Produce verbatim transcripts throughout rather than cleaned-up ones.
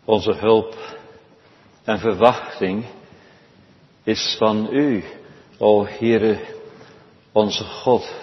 Onze hulp en verwachting is van U, o Heere, onze God.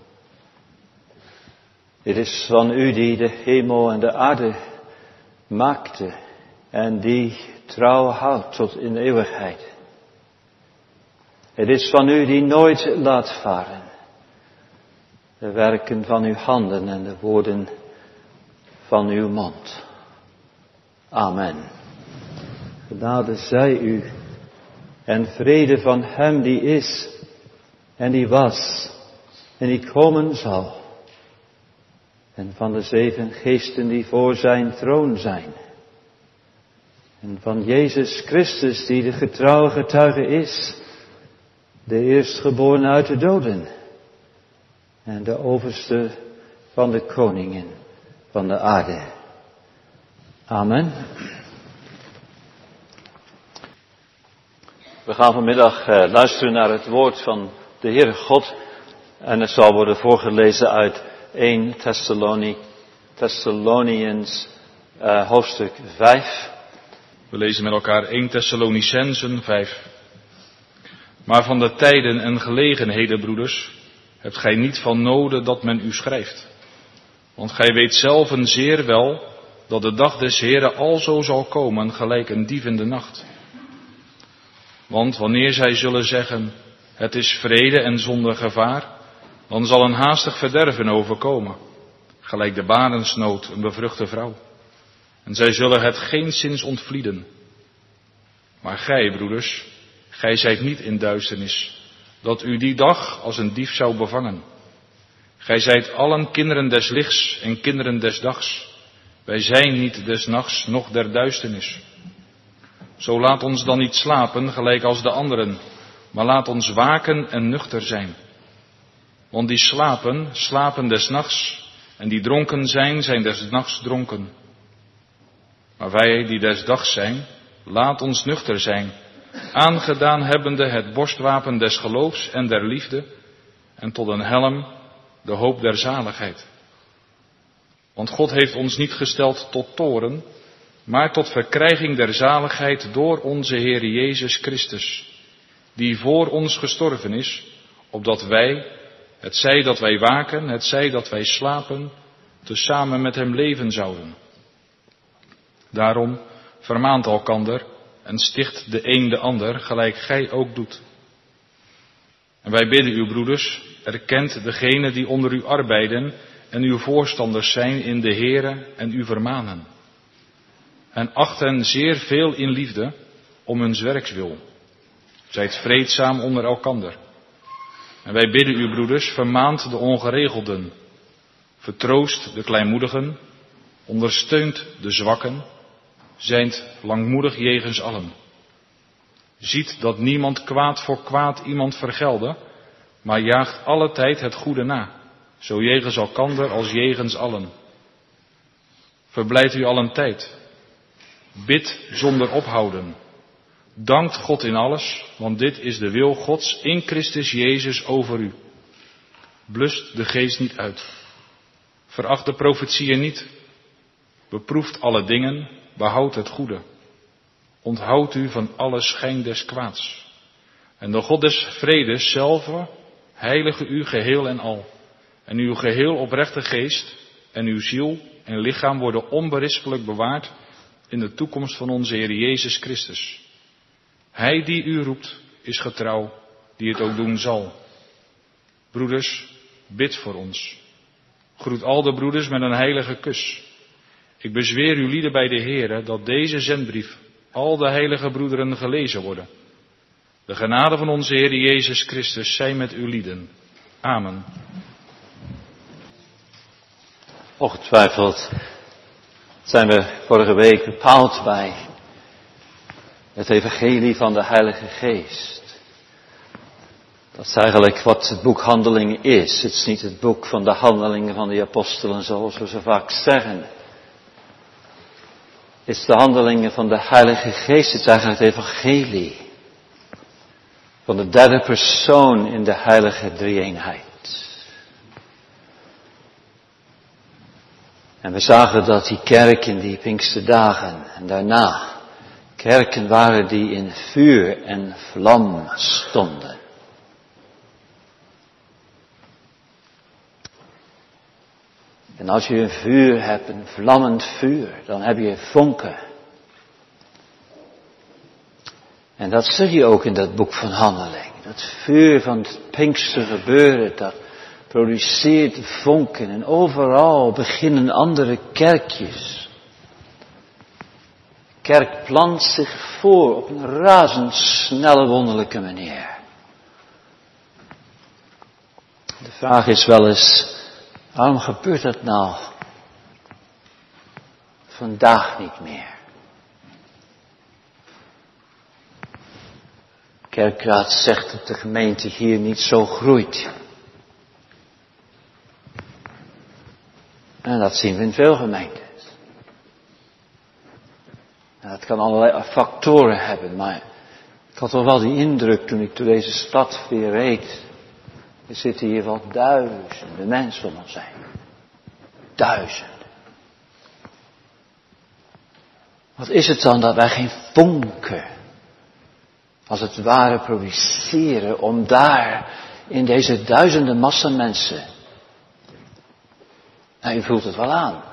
Het is van U die de hemel en de aarde maakte en die trouw houdt tot in eeuwigheid. Het is van U die nooit laat varen de werken van Uw handen en de woorden van Uw mond. Amen. Genade zij U en vrede van Hem die is en die was en die komen zal. En van de zeven geesten die voor zijn troon zijn. En van Jezus Christus die de getrouwe getuige is, de eerstgeboren uit de doden. En de overste van de koningen van de aarde. Amen. We gaan vanmiddag uh, luisteren naar het woord van de Heere God. En het zal worden voorgelezen uit Eerste Thessaloni, Thessalonians uh, hoofdstuk vijf. We lezen met elkaar Eerste Thessalonicenzen vijf. Maar van de tijden en gelegenheden, broeders, hebt gij niet van noden dat men u schrijft. Want gij weet zelven zeer wel dat de dag des Heeren alzo zal komen, gelijk een dief in de nacht. Want wanneer zij zullen zeggen, het is vrede en zonder gevaar, dan zal een haastig verderven overkomen, gelijk de barensnood een bevruchte vrouw. En zij zullen het geenszins ontvlieden. Maar gij, broeders, gij zijt niet in duisternis, dat u die dag als een dief zou bevangen. Gij zijt allen kinderen des lichts en kinderen des dags. Wij zijn niet des nachts, noch der duisternis. Zo laat ons dan niet slapen, gelijk als de anderen, maar laat ons waken en nuchter zijn. Want die slapen, slapen des nachts, en die dronken zijn, zijn des nachts dronken. Maar wij die des dags zijn, laat ons nuchter zijn, aangedaan hebbende het borstwapen des geloofs en der liefde, en tot een helm de hoop der zaligheid. Want God heeft ons niet gesteld tot toorn, maar tot verkrijging der zaligheid door onze Heer Jezus Christus, die voor ons gestorven is, opdat wij, het zij dat wij waken, het zij dat wij slapen, tezamen met hem leven zouden. Daarom vermaant elkander en sticht de een de ander, gelijk gij ook doet. En wij bidden u, broeders, erkent degene die onder u arbeiden en uw voorstanders zijn in de Here en u vermanen. En acht hen zeer veel in liefde om huns werks wil. Zijt vreedzaam onder elkander. En wij bidden u, broeders, vermaant de ongeregelden, vertroost de kleinmoedigen, ondersteunt de zwakken, zijt langmoedig jegens allen. Ziet dat niemand kwaad voor kwaad iemand vergelde, maar jaagt alle tijd het goede na, zo jegens elkander als jegens allen. Verblijdt u allen tijd. Bid zonder ophouden. Dankt God in alles, want dit is de wil Gods in Christus Jezus over u. Blust de geest niet uit. Veracht de profetieën niet. Beproeft alle dingen, behoud het goede. Onthoud u van alle schijn des kwaads. En de God des vredes zelve heilige u geheel en al. En uw geheel oprechte geest en uw ziel en lichaam worden onberispelijk bewaard in de toekomst van onze Heer Jezus Christus. Hij die u roept is getrouw, die het ook doen zal. Broeders, bid voor ons. Groet al de broeders met een heilige kus. Ik bezweer u lieden bij de Heere dat deze zendbrief al de heilige broederen gelezen worden. De genade van onze Heer Jezus Christus zij met uw lieden. Amen. Ongetwijfeld zijn we vorige week bepaald bij het evangelie van de Heilige Geest. Dat is eigenlijk wat het boek Handelingen is. Het is niet het boek van de handelingen van de apostelen zoals we zo vaak zeggen. Het is de handelingen van de Heilige Geest. Het is eigenlijk het evangelie van de derde persoon in de heilige drie-eenheid. En we zagen dat die kerken, die Pinksterdagen en daarna, kerken waren die in vuur en vlam stonden. En als je een vuur hebt, een vlammend vuur, dan heb je vonken. En dat zie je ook in dat boek van Handelingen. Dat vuur van het Pinkstergebeuren, dat produceert vonken. En overal beginnen andere kerkjes. De kerk plant zich voor op een razendsnelle, wonderlijke manier. De vraag is wel eens, waarom gebeurt dat nou vandaag niet meer? De kerkraad zegt dat de gemeente hier niet zo groeit. En dat zien we in veel gemeentes. En dat kan allerlei factoren hebben, maar ik had toch wel die indruk toen ik door deze stad weer reed. Er zitten hier wel duizenden mensen om ons heen. Duizenden. Wat is het dan dat wij geen vonken, als het ware, produceren om daar in deze duizenden massa mensen. Nou, u voelt het wel aan.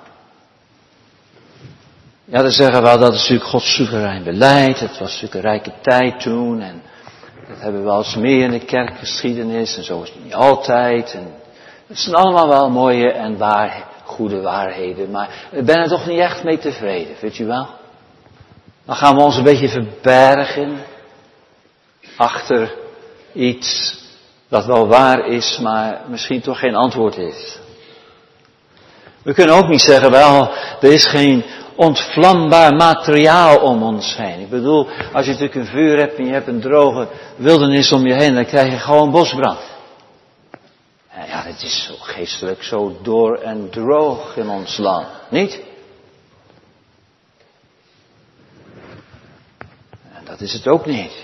Ja, dan zeggen we wel, dat is natuurlijk Gods soeverein beleid. Het was natuurlijk een rijke tijd toen. En dat hebben we wel eens meer in de kerkgeschiedenis. En zo is het niet altijd. En het zijn allemaal wel mooie en waar, goede waarheden. Maar ik ben er toch niet echt mee tevreden, weet u wel. Dan gaan we ons een beetje verbergen. Achter iets dat wel waar is, maar misschien toch geen antwoord is. We kunnen ook niet zeggen, wel, er is geen ontvlambaar materiaal om ons heen. Ik bedoel, als je natuurlijk een vuur hebt en je hebt een droge wildernis om je heen, dan krijg je gewoon bosbrand. En ja, het is zo geestelijk zo door en droog in ons land, niet? En dat is het ook niet.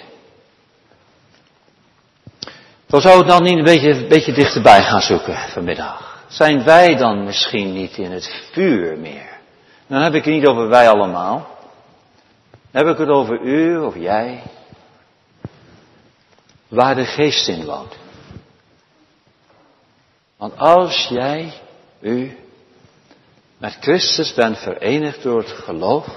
Zo zou het dan niet een beetje, een beetje dichterbij gaan zoeken vanmiddag. Zijn wij dan misschien niet in het vuur meer? Dan heb ik het niet over wij allemaal. Dan heb ik het over u of jij. Waar de geest in woont. Want als jij, u, met Christus bent verenigd door het geloof,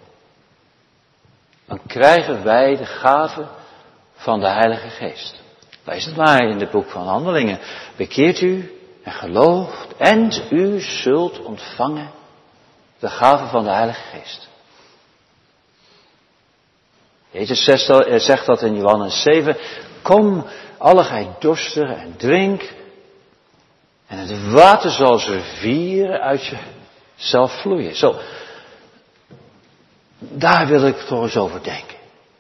dan krijgen wij de gave van de Heilige Geest. Lees het maar in het boek van Handelingen. Bekeert u en gelooft en u zult ontvangen de gave van de Heilige Geest. Jezus zegt dat in Johannes zeven. Kom, alle gij dorstigen en drink. En het water zal rivieren uit jezelf vloeien. Zo, daar wil ik toch eens over denken.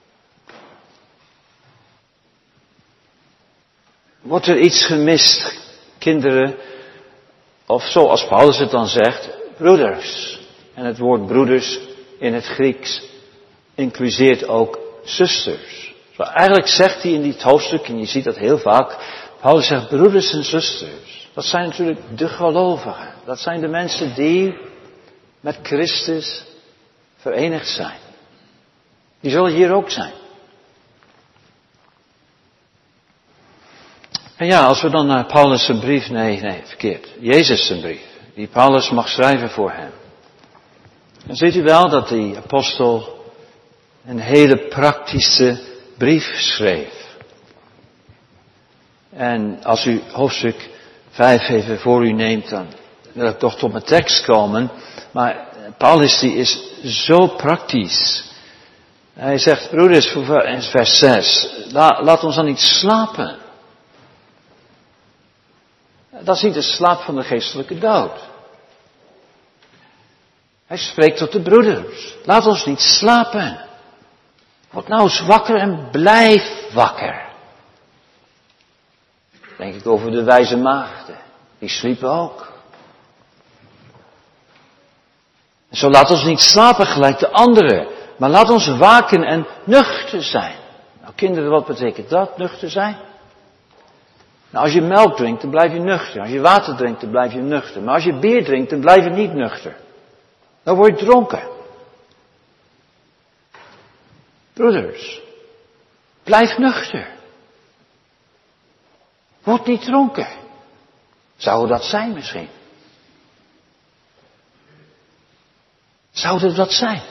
Wordt er iets gemist, kinderen, of zoals Paulus het dan zegt, broeders. En het woord broeders in het Grieks includeert ook zusters. Zo eigenlijk zegt hij in dit hoofdstuk, en je ziet dat heel vaak, Paulus zegt broeders en zusters. Dat zijn natuurlijk de gelovigen. Dat zijn de mensen die met Christus verenigd zijn. Die zullen hier ook zijn. En ja, als we dan naar Paulus' zijn brief, nee, nee, verkeerd. Jezus' zijn brief, die Paulus mag schrijven voor hem. Dan ziet u wel dat die apostel een hele praktische brief schreef. En als u hoofdstuk vijf even voor u neemt, dan wil ik toch tot mijn tekst komen. Maar Paulus die is zo praktisch. Hij zegt, broeders, in vers zes, laat ons dan niet slapen. Dat is niet de slaap van de geestelijke dood. Hij spreekt tot de broeders. Laat ons niet slapen. Word nou eens wakker en blijf wakker. Denk ik over de wijze maagden. Die sliepen ook. En zo laat ons niet slapen gelijk de anderen. Maar laat ons waken en nuchter zijn. Nou kinderen, wat betekent dat, nuchter zijn? Nou, als je melk drinkt, dan blijf je nuchter. Als je water drinkt, dan blijf je nuchter. Maar als je bier drinkt, dan blijf je niet nuchter. Dan word je dronken. Broeders, blijf nuchter. Word niet dronken. Zou dat zijn misschien? Zou het dat zijn?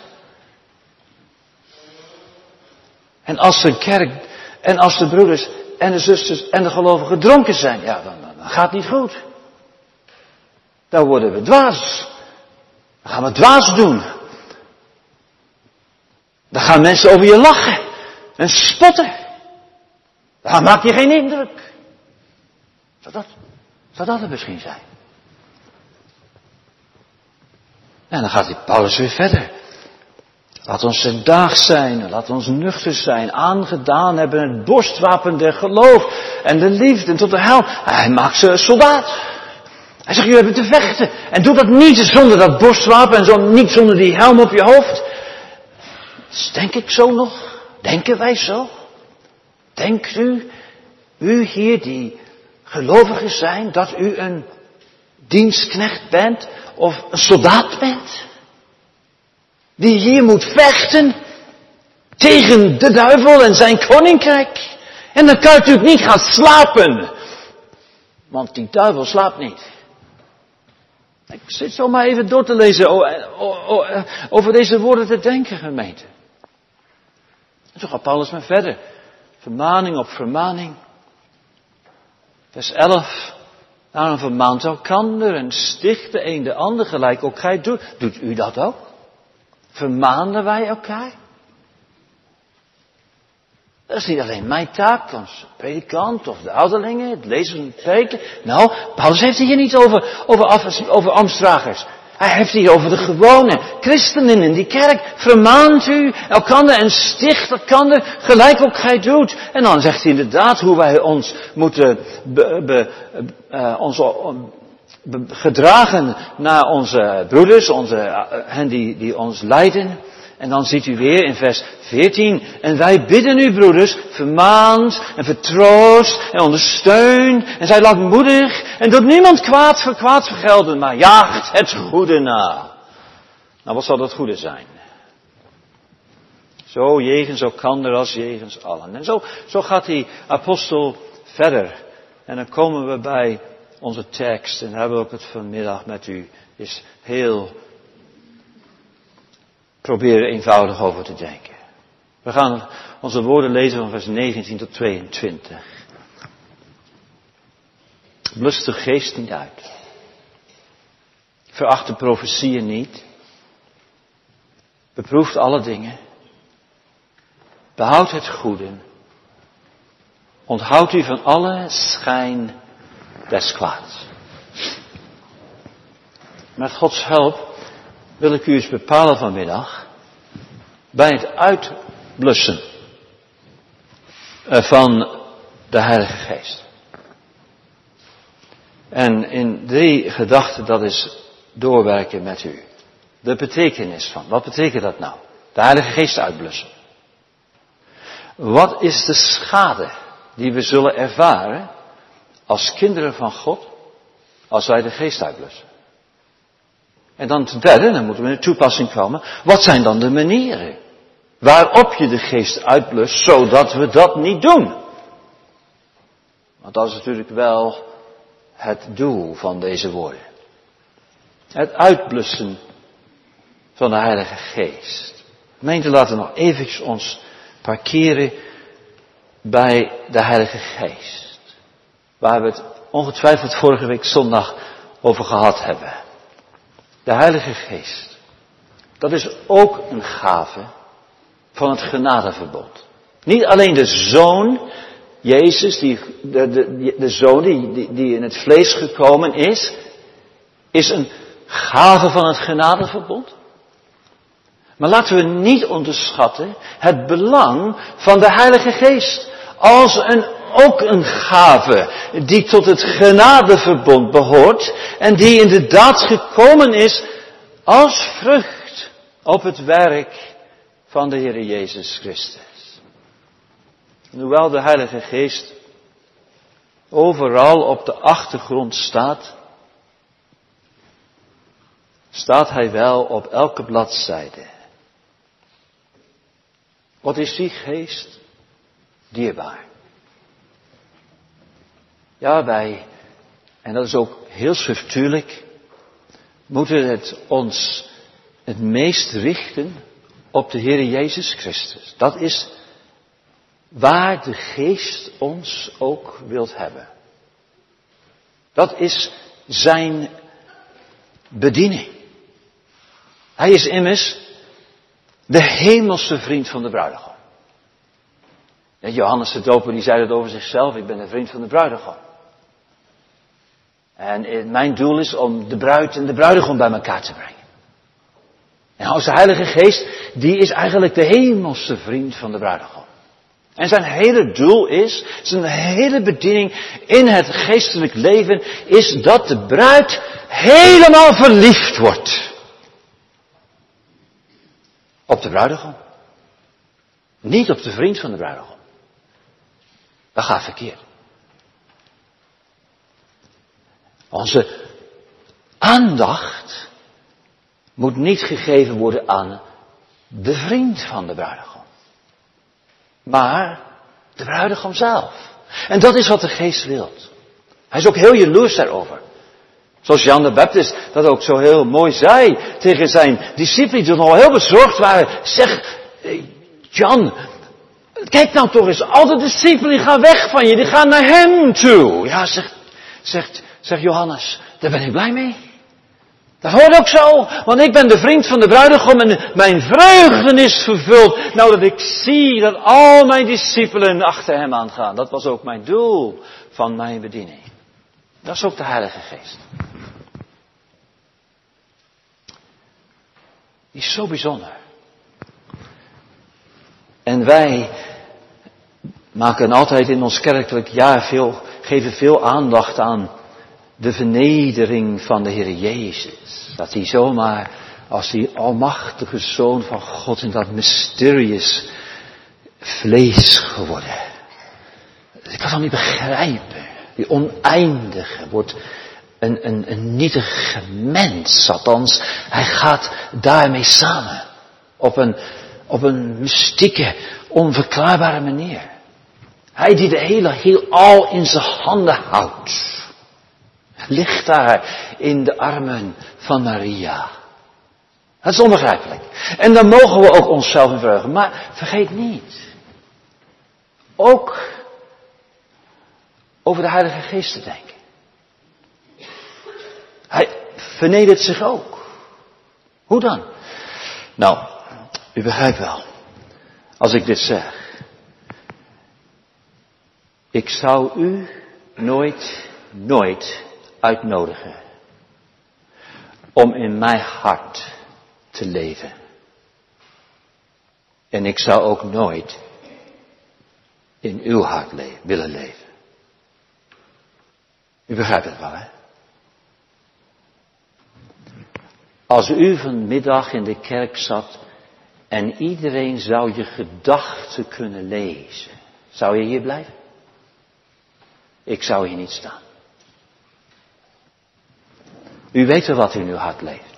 En als de kerk, en als de broeders en de zusters en de gelovigen dronken zijn, ja, dan, dan gaat het niet goed. Dan worden we dwaas. Dan gaan we dwaas doen. Dan gaan mensen over je lachen en spotten. Dan maak je geen indruk. Zou dat, zou dat het misschien zijn? En dan gaat die Paulus weer verder. Laat ons zendaags zijn, laat ons nuchter zijn, aangedaan hebben het borstwapen der geloof en de liefde tot de hel. Hij maakt ze soldaat. Hij zegt, jullie hebben te vechten. En doe dat niet zonder dat borstwapen en zo, niet zonder die helm op je hoofd. Dus denk ik zo nog? Denken wij zo? Denkt u, u hier die gelovigen zijn, dat u een dienstknecht bent of een soldaat bent? Die hier moet vechten tegen de duivel en zijn koninkrijk. En dan kan je natuurlijk niet gaan slapen. Want die duivel slaapt niet. Ik zit zo maar even door te lezen over deze woorden te denken, gemeente. En zo gaat Paulus maar verder. Vermaning op vermaning. Vers elf. Daarom vermaant elkander en sticht de een de ander gelijk ook gij doet. Doet u dat ook? Vermaanden wij elkaar? Dat is niet alleen mijn taak als predikant of de ouderlingen, het lezen van het preken. Nou, Paulus heeft het hier niet over, over, af, over ambtsdragers. Hij heeft het hier over de gewone christenen in die kerk. Vermaant u elkander en sticht elkander gelijk ook gij doet. En dan zegt hij inderdaad hoe wij ons moeten be, be, uh, ons, be, gedragen naar onze broeders, onze, uh, hen die, die ons leiden. En dan ziet u weer in vers veertien. En wij bidden u, broeders, vermaand en vertroost en ondersteunt. En zij langmoedig en doet niemand kwaad voor kwaad vergelden, maar jaagt het goede na. Nou, wat zal dat goede zijn? Zo jegens elkander als jegens allen. En zo, zo gaat die apostel verder. En dan komen we bij onze tekst. En daar hebben we ook het vanmiddag met u is heel proberen eenvoudig over te denken. We gaan onze woorden lezen van vers negentien tot tweeëntwintig. Blust de geest niet uit. Veracht de profetieën niet. Beproeft alle dingen. Behoud het goede. Onthoud u van alle schijn des kwaads. Met Gods hulp wil ik u eens bepalen vanmiddag bij het uitblussen van de Heilige Geest. En in drie gedachten dat is doorwerken met u. De betekenis van, wat betekent dat nou? De Heilige Geest uitblussen. Wat is de schade die we zullen ervaren als kinderen van God als wij de Geest uitblussen? En dan ten derde, dan moeten we in de toepassing komen. Wat zijn dan de manieren waarop je de geest uitblust, zodat we dat niet doen? Want dat is natuurlijk wel het doel van deze woorden. Het uitblussen van de Heilige Geest. Gemeente, laten we nog eventjes ons parkeren bij de Heilige Geest. Waar we het ongetwijfeld vorige week zondag over gehad hebben. De Heilige Geest, dat is ook een gave van het genadeverbond. Niet alleen de Zoon, Jezus, die, de, de, de Zoon die, die, die in het vlees gekomen is, is een gave van het genadeverbond. Maar laten we niet onderschatten het belang van de Heilige Geest als een ook een gave die tot het genadeverbond behoort en die inderdaad gekomen is als vrucht op het werk van de Heer Jezus Christus. En hoewel de Heilige Geest overal op de achtergrond staat, staat hij wel op elke bladzijde. Wat is die geest dierbaar? Ja, wij, en dat is ook heel schriftuurlijk, moeten het ons het meest richten op de Heer Jezus Christus. Dat is waar de geest ons ook wilt hebben. Dat is zijn bediening. Hij is immers de hemelse vriend van de bruidegom. En Johannes de Doper die zei dat over zichzelf, ik ben een vriend van de bruidegom. En mijn doel is om de bruid en de bruidegom bij elkaar te brengen. En onze Heilige Geest, die is eigenlijk de hemelse vriend van de bruidegom. En zijn hele doel is, zijn hele bediening in het geestelijk leven, is dat de bruid helemaal verliefd wordt. Op de bruidegom. Niet op de vriend van de bruidegom. Dat gaat verkeerd. Onze aandacht moet niet gegeven worden aan de vriend van de bruidegom. Maar de bruidegom zelf. En dat is wat de geest wil. Hij is ook heel jaloers daarover. Zoals Jan de Baptist dat ook zo heel mooi zei tegen zijn discipelen die nog heel bezorgd waren. Zeg, Jan, kijk nou toch eens, al de discipelen die gaan weg van je, die gaan naar hem toe. Ja, zegt, zegt, zegt Johannes, daar ben ik blij mee. Dat hoort ook zo, want ik ben de vriend van de bruidegom en mijn vreugde is vervuld. Nou dat ik zie dat al mijn discipelen achter hem aangaan. Dat was ook mijn doel van mijn bediening. Dat is ook de Heilige Geest. Die is zo bijzonder. En wij maken altijd in ons kerkelijk jaar veel, geven veel aandacht aan de vernedering van de Heer Jezus. Dat hij zomaar als die almachtige Zoon van God in dat mysterious vlees geworden. Ik kan dat niet begrijpen. Die oneindige wordt een, een, een nietige mens. Althans, hij gaat daarmee samen. Op een, op een mystieke, onverklaarbare manier. Hij die de hele heelal in zijn handen houdt. Ligt daar in de armen van Maria. Dat is onbegrijpelijk. En dan mogen we ook onszelf verheugen. Maar vergeet niet. Ook over de Heilige Geest te denken. Hij vernedert zich ook. Hoe dan? Nou, u begrijpt wel. Als ik dit zeg. Ik zou u nooit, nooit uitnodigen om in mijn hart te leven. En ik zou ook nooit in uw hart le- willen leven. U begrijpt het wel, hè? Als u vanmiddag in de kerk zat en iedereen zou je gedachten kunnen lezen, zou je hier blijven? Ik zou hier niet staan. U weet wel wat in uw hart leeft.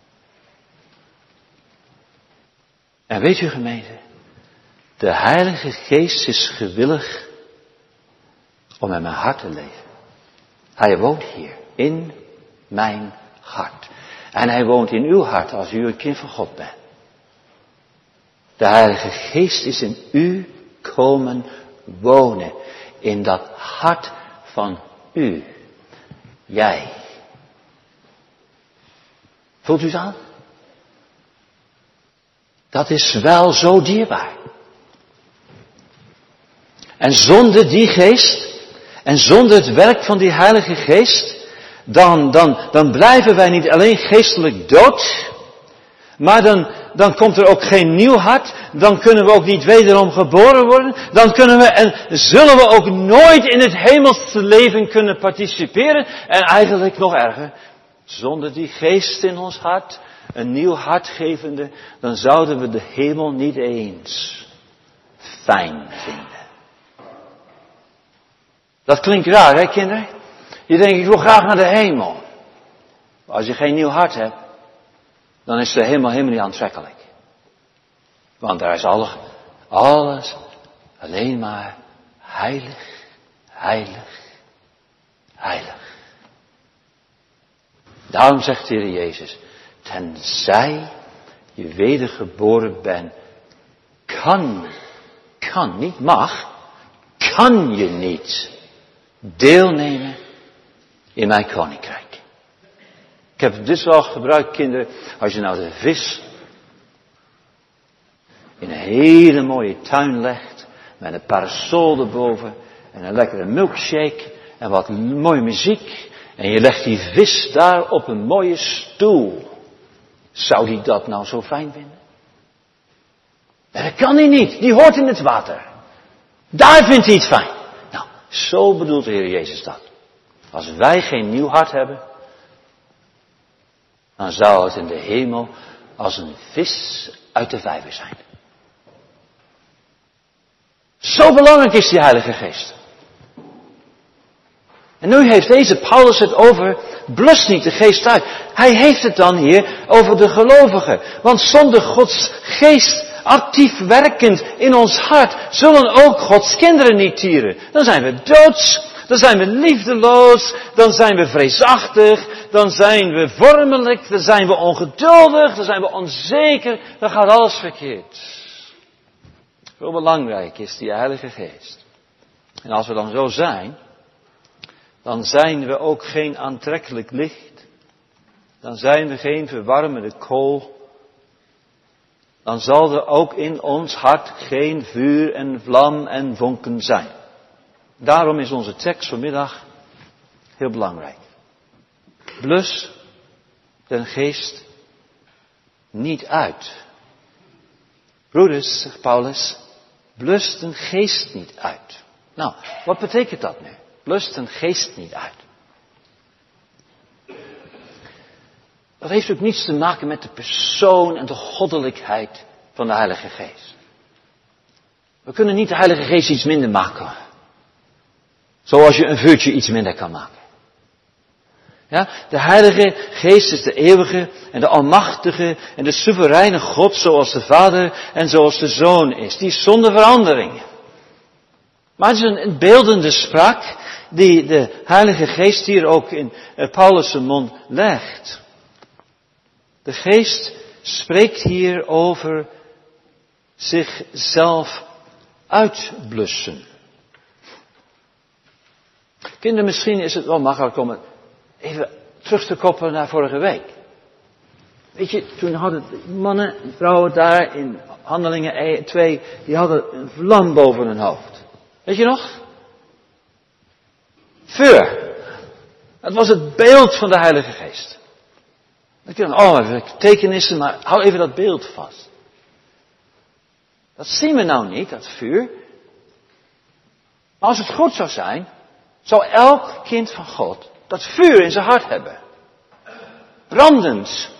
En weet u gemeente, de Heilige Geest is gewillig om in mijn hart te leven. Hij woont hier, in mijn hart. En hij woont in uw hart als u een kind van God bent. De Heilige Geest is in u komen wonen. In dat hart van u. Jij. Voelt u het aan? Dat is wel zo dierbaar. En zonder die geest, en zonder het werk van die Heilige Geest, dan, dan, dan blijven wij niet alleen geestelijk dood, maar dan, dan komt er ook geen nieuw hart, dan kunnen we ook niet wederom geboren worden, dan kunnen we en zullen we ook nooit in het hemelse leven kunnen participeren, en eigenlijk nog erger, zonder die geest in ons hart, een nieuw hart gevende, dan zouden we de hemel niet eens fijn vinden. Dat klinkt raar, hè kinderen? Je denkt, ik wil graag naar de hemel. Maar als je geen nieuw hart hebt, dan is de hemel helemaal niet aantrekkelijk. Want daar is alles, alles alleen maar heilig, heilig, heilig. Daarom zegt de Heer Jezus, tenzij je wedergeboren bent, kan, kan, niet mag, kan je niet deelnemen in mijn koninkrijk. Ik heb dit wel gebruikt, kinderen, als je nou de vis in een hele mooie tuin legt, met een parasol erboven, en een lekkere milkshake, en wat mooie muziek, en je legt die vis daar op een mooie stoel. Zou die dat nou zo fijn vinden? Dat kan hij niet, die hoort in het water. Daar vindt hij het fijn. Nou, zo bedoelt de Heer Jezus dat. Als wij geen nieuw hart hebben, dan zou het in de hemel als een vis uit de vijver zijn. Zo belangrijk is die Heilige Geest. En nu heeft deze Paulus het over, blus niet de geest uit. Hij heeft het dan hier over de gelovigen. Want zonder Gods geest actief werkend in ons hart, zullen ook Gods kinderen niet tieren. Dan zijn we doods, dan zijn we liefdeloos, dan zijn we vreesachtig, dan zijn we vormelijk, dan zijn we ongeduldig, dan zijn we onzeker, dan gaat alles verkeerd. Heel belangrijk is die Heilige Geest. En als we dan zo zijn, dan zijn we ook geen aantrekkelijk licht. Dan zijn we geen verwarmende kool. Dan zal er ook in ons hart geen vuur en vlam en vonken zijn. Daarom is onze tekst vanmiddag heel belangrijk. Blus de geest niet uit. Broeders, zegt Paulus, blus de geest niet uit. Nou, wat betekent dat nu? Blus de geest niet uit. Dat heeft ook niets te maken met de persoon en de goddelijkheid van de Heilige Geest. We kunnen niet de Heilige Geest iets minder maken. Zoals je een vuurtje iets minder kan maken. Ja, de Heilige Geest is de eeuwige en de almachtige en de soevereine God zoals de Vader en zoals de Zoon is. Die is zonder verandering. Maar het is een, een beeldende spraak die de Heilige Geest hier ook in uh, Paulus' mond legt. De Geest spreekt hier over zichzelf uitblussen. Kinderen, misschien is het wel makkelijk om het even terug te koppelen naar vorige week. Weet je, toen hadden mannen en vrouwen daar in Handelingen twee, die hadden een vlam boven hun hoofd. Weet je nog? Vuur. Het was het beeld van de Heilige Geest. Ik dacht, oh, even tekenissen, maar hou even dat beeld vast. Dat zien we nou niet, dat vuur. Maar als het goed zou zijn, zou elk kind van God dat vuur in zijn hart hebben. Brandend.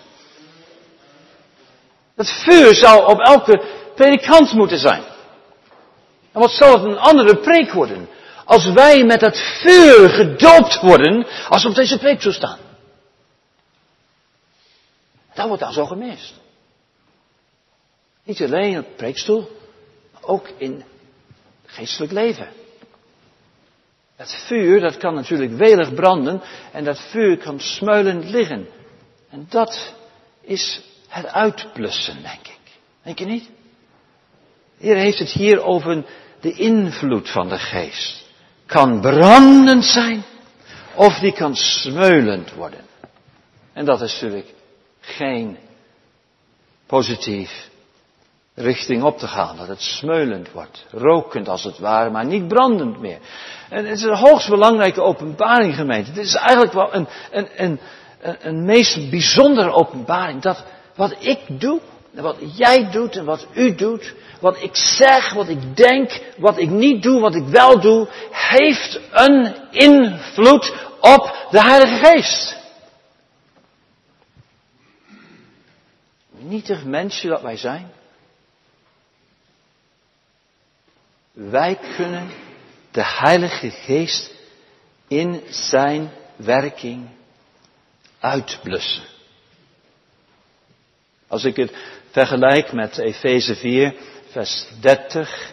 Dat vuur zou op elke predikant moeten zijn. En wat zal het een andere preek worden? Als wij met dat vuur gedoopt worden, als we op deze preekstoel staan. Dat wordt dan zo gemist. Niet alleen op de preekstoel, maar ook in het geestelijk leven. Dat vuur, dat kan natuurlijk welig branden en dat vuur kan smeulend liggen. En dat is het uitblussen, denk ik. Denk je niet? De Heer heeft het hier over de invloed van de geest. Kan brandend zijn of die kan smeulend worden. En dat is natuurlijk geen positief richting op te gaan. Dat het smeulend wordt. Rokend als het ware, maar niet brandend meer. En het is een hoogst belangrijke openbaring, gemeente. Het is eigenlijk wel een, een, een, een, een meest bijzondere openbaring. Dat wat ik doe, en wat jij doet en wat u doet, wat ik zeg, wat ik denk, wat ik niet doe, wat ik wel doe, heeft een invloed op de Heilige Geest. Nietig mensje dat wij zijn. Wij kunnen de Heilige Geest in zijn werking uitblussen. Als ik het vergelijk met Efeze vier, vers dertig.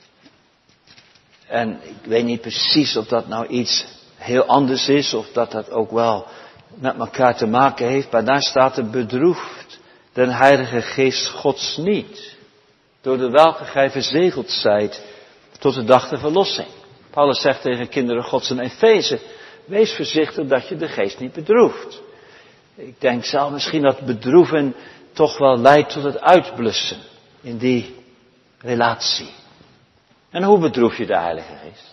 En ik weet niet precies of dat nou iets heel anders is, of dat dat ook wel met elkaar te maken heeft. Maar daar staat er: bedroeft den Heilige Geest Gods niet, door de welke gij verzegeld zijt tot de dag der verlossing. Paulus zegt tegen kinderen Gods in Efeze: wees voorzichtig dat je de geest niet bedroeft. Ik denk zelf misschien dat bedroeven toch wel leidt tot het uitblussen in die relatie. En hoe bedroef je de Heilige Geest?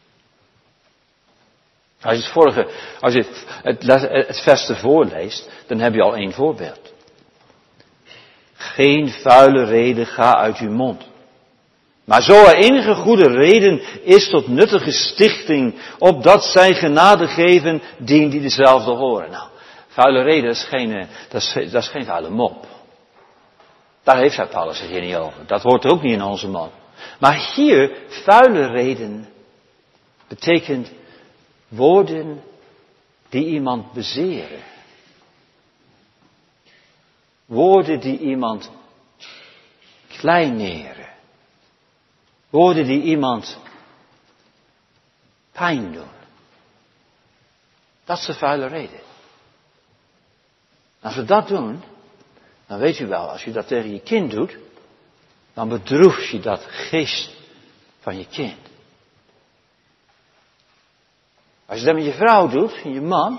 Als je het vorige, als je het, het, het vers ervoor leest, dan heb je al één voorbeeld. Geen vuile reden ga uit uw mond. Maar zo er enige goede reden is tot nuttige stichting, opdat zij genade geven, dien die dezelfde horen. Nou, vuile reden is geen, dat is, dat is geen vuile mop. Daar heeft hij Paulus het hier niet over. Dat hoort ook niet in onze mond. Maar hier, vuile reden, betekent woorden die iemand bezeren. Woorden die iemand kleineren. Woorden die iemand pijn doen. Dat is de vuile reden. Als we dat doen, dan weet u wel, als je dat tegen je kind doet, dan bedroef je dat geest van je kind. Als je dat met je vrouw doet, je man,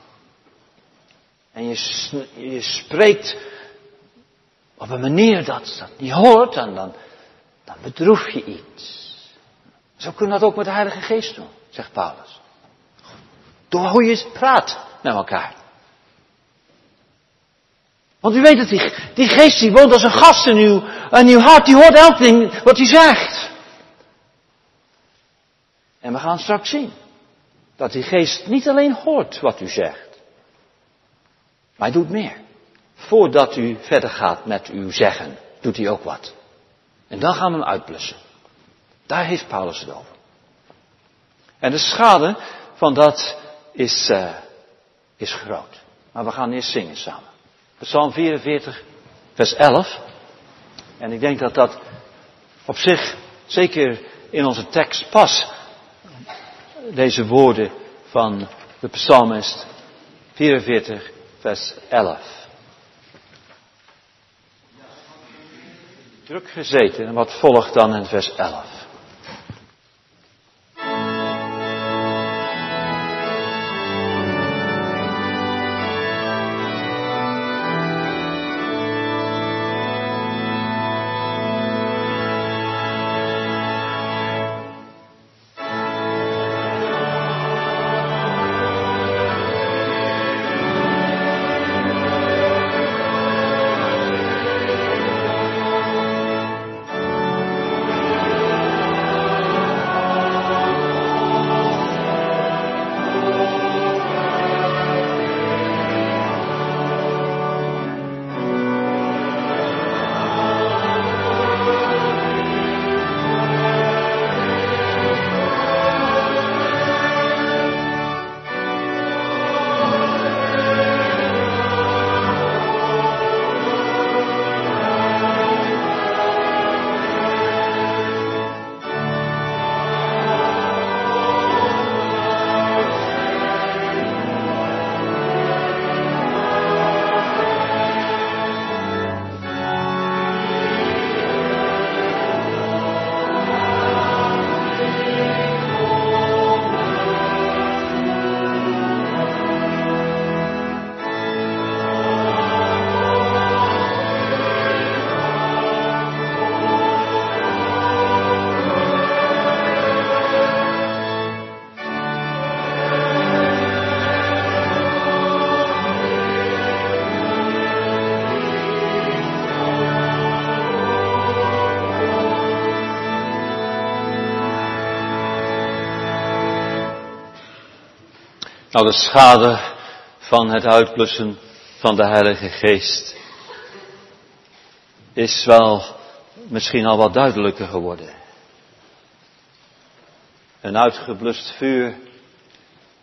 en je, je spreekt op een manier dat dat niet hoort, dan, dan, dan bedroef je iets. Zo kunnen we dat ook met de Heilige Geest doen, zegt Paulus. Door hoe je praat met elkaar. Want u weet dat die, die geest die woont als een gast in uw, in uw hart, die hoort elk ding wat u zegt. En we gaan straks zien dat die geest niet alleen hoort wat u zegt, maar hij doet meer. Voordat u verder gaat met uw zeggen, doet hij ook wat. En dan gaan we hem uitblussen. Daar heeft Paulus het over. En de schade van dat is, uh, is groot. Maar we gaan eerst zingen samen. Psalm vierenveertig, vers elf. En ik denk dat dat op zich, zeker in onze tekst past. Deze woorden van de psalmist vierenveertig, vers elf. Druk gezeten, en wat volgt dan in vers elf? Nou, de schade van het uitblussen van de Heilige Geest is wel misschien al wat duidelijker geworden. Een uitgeblust vuur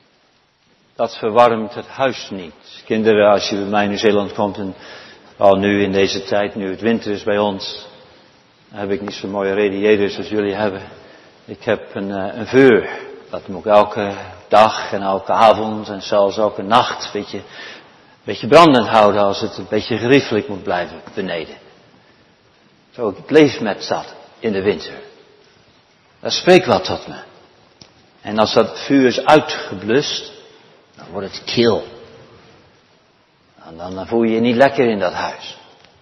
dat verwarmt het huis niet. Kinderen, als je bij mij in Nieuw-Zeeland komt en al nu in deze tijd, nu het winter is bij ons, dan heb ik niet zo'n mooie radiators als jullie hebben. Ik heb een, een vuur. Dat moet ik elke dag en elke avond en zelfs elke nacht een beetje, een beetje brandend houden als het een beetje geriefelijk moet blijven beneden. Zo, ik leef met dat in de winter. Dat spreekt wel tot me. En als dat vuur is uitgeblust, dan wordt het kil. En dan, dan voel je je niet lekker in dat huis.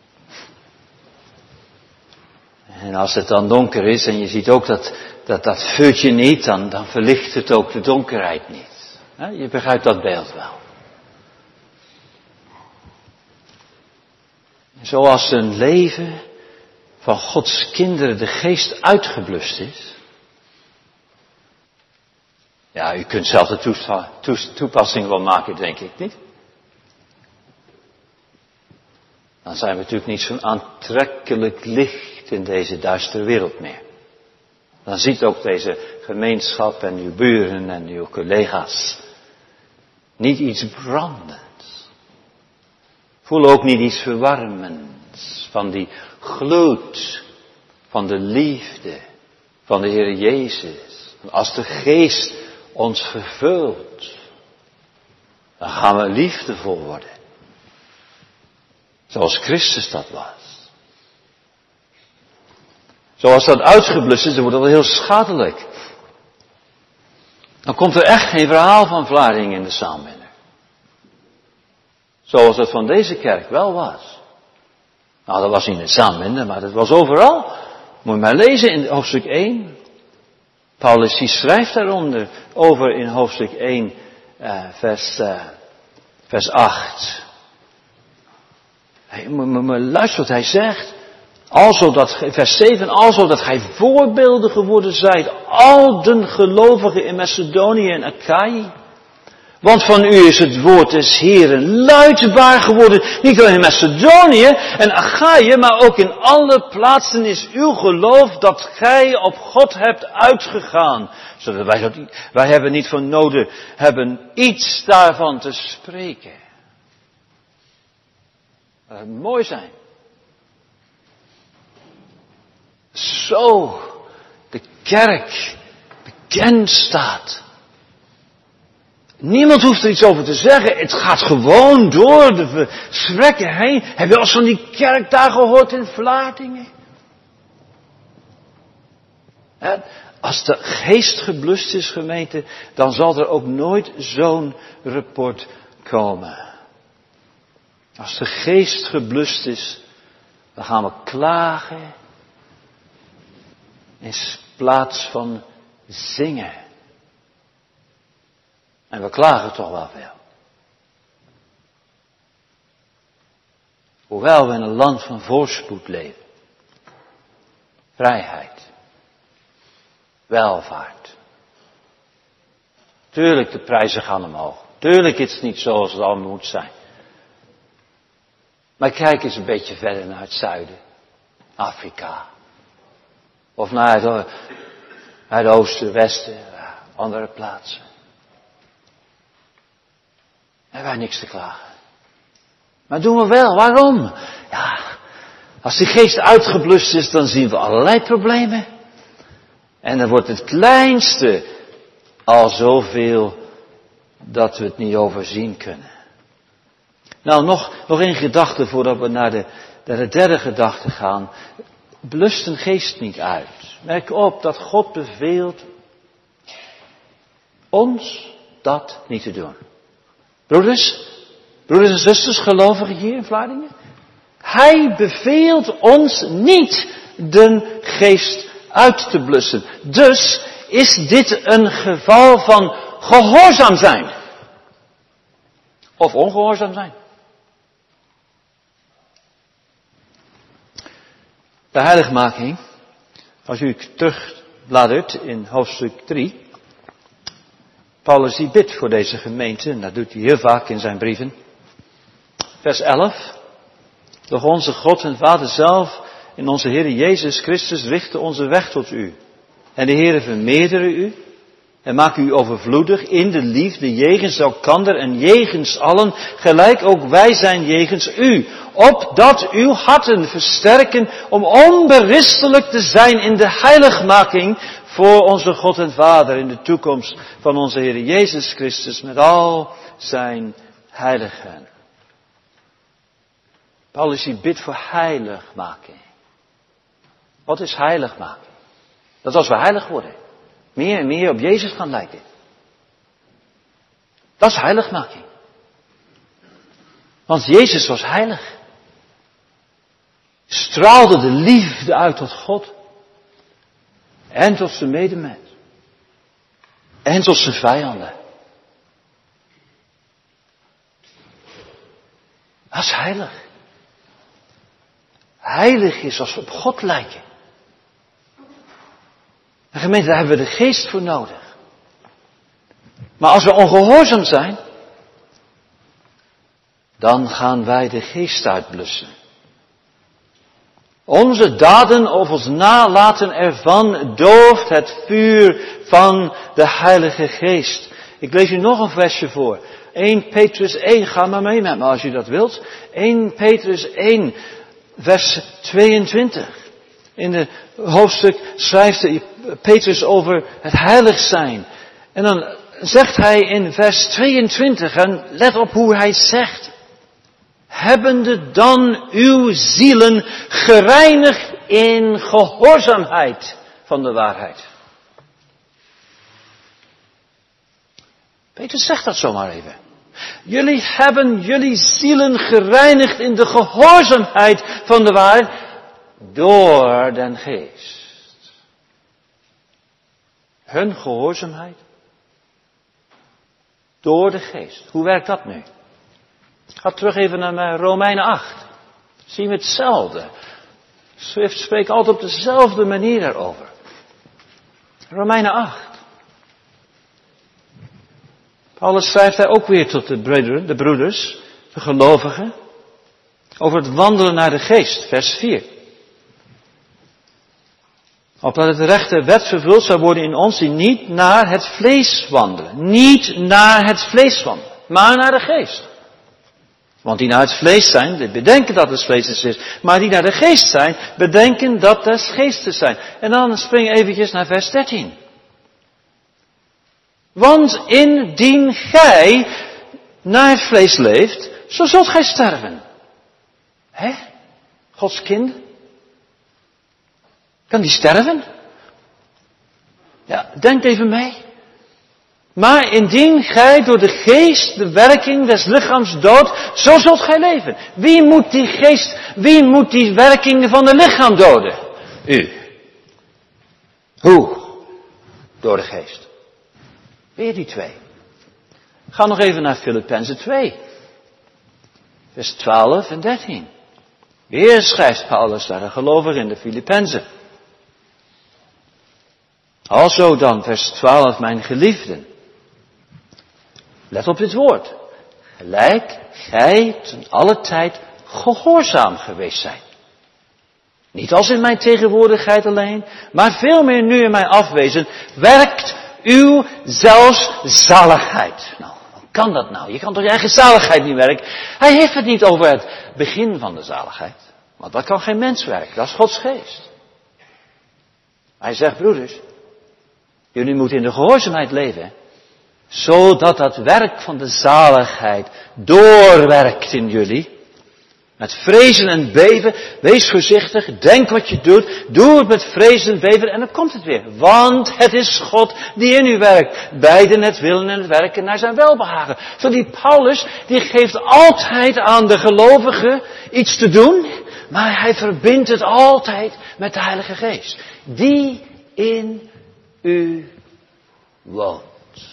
En als het dan donker is en je ziet ook dat dat, dat vuurtje niet, dan, dan verlicht het ook de donkerheid niet. Je begrijpt dat beeld wel. Zoals een leven van Gods kinderen de geest uitgeblust is. Ja, u kunt zelf de toesta- toes- toepassing wel maken, denk ik, niet? Dan zijn we natuurlijk niet zo'n aantrekkelijk licht in deze duistere wereld meer. Dan ziet ook deze gemeenschap en uw buren en uw collega's niet iets brandends. Voel ook niet iets verwarmends van die gloed van de liefde van de Heer Jezus. Als de geest ons vervult, dan gaan we liefdevol worden. Zoals Christus dat was. Zoals dat uitgeblust is, dan wordt dat heel schadelijk. Dan komt er echt geen verhaal van Vlaardingen in de Zaanbinder. Zoals het van deze kerk wel was. Nou, dat was niet in de Zaanbinder, maar dat was overal. Moet je maar lezen in hoofdstuk één. Paulus die schrijft daaronder over in hoofdstuk één, uh, vers, uh, vers acht. Hey, maar luister wat hij zegt. Alzo dat, vers zeven, alzo dat gij voorbeelden geworden zijt, al den gelovigen in Macedonië en Achaïe. Want van u is het woord des Heeren luidbaar geworden, niet alleen in Macedonië en Achaïe, maar ook in alle plaatsen is uw geloof dat gij op God hebt uitgegaan. Zodat wij, dat, wij hebben niet van noden, hebben iets daarvan te spreken. Dat zou mooi zijn. Zo de kerk bekend staat. Niemand hoeft er iets over te zeggen. Het gaat gewoon door de gesprekken heen. Heb je al eens van die kerk daar gehoord in Vlaardingen? En als de geest geblust is, gemeente, dan zal er ook nooit zo'n rapport komen. Als de geest geblust is, dan gaan we klagen in plaats van zingen. En we klagen toch wel veel. Hoewel we in een land van voorspoed leven. Vrijheid. Welvaart. Tuurlijk, de prijzen gaan omhoog. Tuurlijk is het niet zoals het allemaal moet zijn. Maar kijk eens een beetje verder naar het zuiden. Afrika. Of naar het, naar het oosten, westen, andere plaatsen. Hebben wij niks te klagen. Maar doen we wel. Waarom? Ja, als die geest uitgeblust is, dan zien we allerlei problemen. En dan wordt het kleinste al zoveel dat we het niet overzien kunnen. Nou, nog, nog één gedachte voordat we naar de, naar de derde gedachte gaan. Blust een geest niet uit. Merk op dat God beveelt ons dat niet te doen. Broeders, broeders en zusters, gelovigen hier in Vlaardingen. Hij beveelt ons niet de geest uit te blussen. Dus is dit een geval van gehoorzaam zijn. Of ongehoorzaam zijn. De heiligmaking, als u terugbladert in hoofdstuk drie. Paulus die bidt voor deze gemeente, en dat doet hij heel vaak in zijn brieven. Vers elf. Doch onze God en Vader zelf in onze Heer Jezus Christus richten onze weg tot u. En de Heere vermeerdere u En maak u overvloedig in de liefde jegens elkander en jegens allen, gelijk ook wij zijn jegens u. Opdat uw harten versterken om onberispelijk te zijn in de heiligmaking voor onze God en Vader in de toekomst van onze Heer Jezus Christus met al zijn heiligen. Paulus die bidt voor heiligmaking. Wat is heiligmaking? Dat als we heilig worden, meer en meer op Jezus gaan lijken. Dat is heiligmaking. Want Jezus was heilig. Straalde de liefde uit tot God. En tot zijn medemens. En tot zijn vijanden. Dat is heilig. Heilig is als we op God lijken. En gemeente, daar hebben we de geest voor nodig. Maar als we ongehoorzaam zijn, dan gaan wij de geest uitblussen. Onze daden of ons nalaten ervan dooft het vuur van de Heilige Geest. Ik lees u nog een versje voor. Eerste Petrus één, ga maar mee met me als u dat wilt. Eerste Petrus één, vers tweeëntwintig. In het hoofdstuk schrijft Petrus over het heilig zijn. En dan zegt hij in vers tweeëntwintig, en let op hoe hij zegt. Hebbende dan uw zielen gereinigd in gehoorzaamheid van de waarheid. Petrus zegt dat zomaar even. Jullie hebben jullie zielen gereinigd in de gehoorzaamheid van de waarheid door den geest. Hun gehoorzaamheid door de geest. Hoe werkt dat nu? Ga terug even naar Romeinen acht. Zien we hetzelfde. Schrift spreekt altijd op dezelfde manier daarover. Romeinen acht. Paulus schrijft daar ook weer tot de broeders, de broeders, de gelovigen, over het wandelen naar de geest, vers vier. Opdat het rechte wet vervuld zou worden in ons die niet naar het vlees wandelen. Niet naar het vlees wandelen, maar naar de geest. Want die naar het vlees zijn, die bedenken dat het vlees is. Maar die naar de geest zijn, bedenken dat het geestes zijn. En dan spring je eventjes naar vers dertien. Want indien gij naar het vlees leeft, zo zult gij sterven. Hè? Gods kind? Kan die sterven? Ja, denk even mee. Maar indien gij door de geest de werking des lichaams doodt, zo zult gij leven. Wie moet die geest, wie moet die werking van het lichaam doden? U. Hoe? Door de geest. Weer die twee. Ga nog even naar Filippenzen twee. Vers twaalf en dertien. Weer schrijft Paulus daar een gelovige in de Filippenzen. Alzo dan, vers twaalf, mijn geliefden. Let op dit woord. Gelijk gij ten alle tijd gehoorzaam geweest zijt. Niet als in mijn tegenwoordigheid alleen, maar veel meer nu in mijn afwezen, werkt uw zelfs zaligheid. Nou, hoe kan dat nou? Je kan toch je eigen zaligheid niet werken? Hij heeft het niet over het begin van de zaligheid. Want dat kan geen mens werken, dat is Gods geest. Hij zegt, broeders, jullie moeten in de gehoorzaamheid leven, zodat dat werk van de zaligheid doorwerkt in jullie. Met vrezen en beven, wees voorzichtig, denk wat je doet, doe het met vrezen en beven en dan komt het weer. Want het is God die in u werkt, beiden het willen en het werken naar zijn welbehagen. Zo die Paulus, die geeft altijd aan de gelovigen iets te doen, maar hij verbindt het altijd met de Heilige Geest, die in u woont.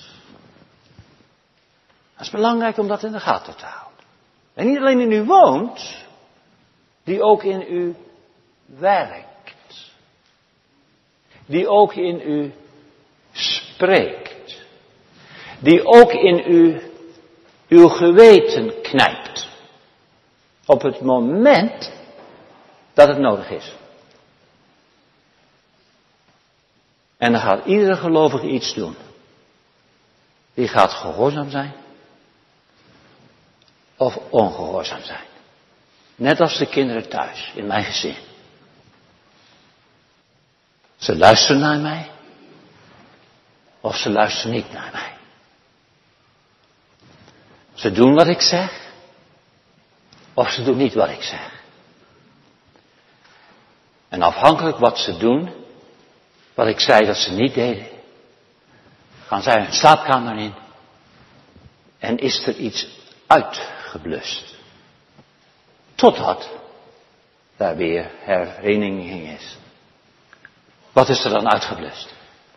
Dat is belangrijk om dat in de gaten te houden. En niet alleen in u woont, die ook in u werkt. Die ook in u spreekt. Die ook in u uw geweten knijpt. Op het moment dat het nodig is. En dan gaat iedere gelovige iets doen. die gaat gehoorzaam zijn of ongehoorzaam zijn. Net als de kinderen thuis, in mijn gezin. Ze luisteren naar mij of ze luisteren niet naar mij. Ze doen wat ik zeg of ze doen niet wat ik zeg. En afhankelijk wat ze doen, wat ik zei dat ze niet deden, gaan zij hun slaapkamer in en is er iets uitgeblust. Totdat daar weer hereniging is. Wat is er dan uitgeblust?